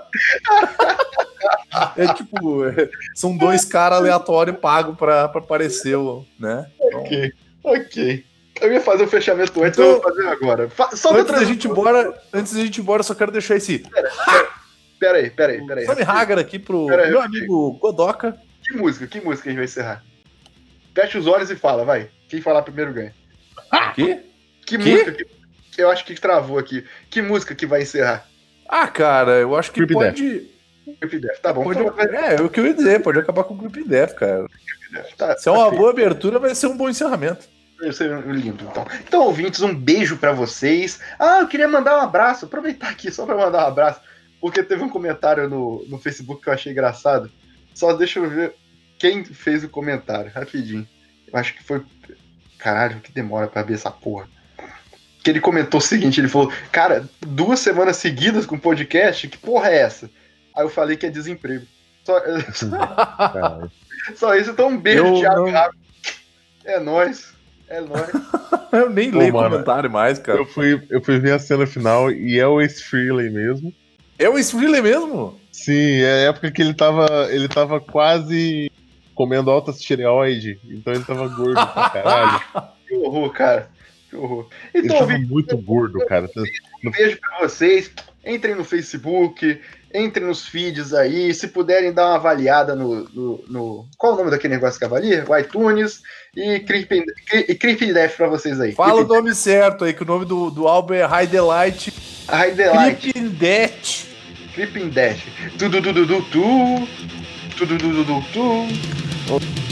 São 2 caras aleatórios pagos pra aparecer, né? Ok. Eu ia fazer o fechamento antes, eu vou fazer agora. Antes da gente ir embora, só quero deixar esse... Pera aí. Sammy Hagar aqui pro meu amigo Godoka. Que música a gente vai encerrar? Fecha os olhos e fala, vai. Quem falar primeiro ganha. Que música que... Eu acho que travou aqui. Que música que vai encerrar? Cara, eu acho que pode... Creepy Death, tá bom. É o que eu ia dizer, pode acabar com o Creepy Death, cara. Se é uma boa abertura, vai ser um bom encerramento. Vai ser lindo, então. Então, ouvintes, um beijo pra vocês. Eu queria mandar um abraço. Aproveitar aqui só pra mandar um abraço. Porque teve um comentário no Facebook que eu achei engraçado. Só deixa eu ver quem fez o comentário, rapidinho. Eu acho que foi... Caralho, que demora pra ver essa porra. Que ele comentou o seguinte, ele falou, cara, 2 semanas seguidas com podcast, que porra é essa? Aí eu falei que é desemprego. Só isso, então um beijo, Thiago. É nóis. Eu nem leio comentário mais, cara. Eu fui ver a cena final e é o Ace Frehley mesmo. É o Ace Frehley mesmo? Sim, é a época que ele tava quase comendo altas tireoide, então ele tava gordo pra caralho. Que horror, cara. Que horror. Então, ele tava muito gordo, cara. Um beijo pra vocês. Entrem no Facebook, entrem nos feeds aí. Se puderem dar uma avaliada no... Qual é o nome daquele negócio que avalia? O iTunes e Creepy Death pra vocês aí. Fala o nome certo aí, que o nome do álbum é High Delight. Creepy Death. Creepy Death. Tu.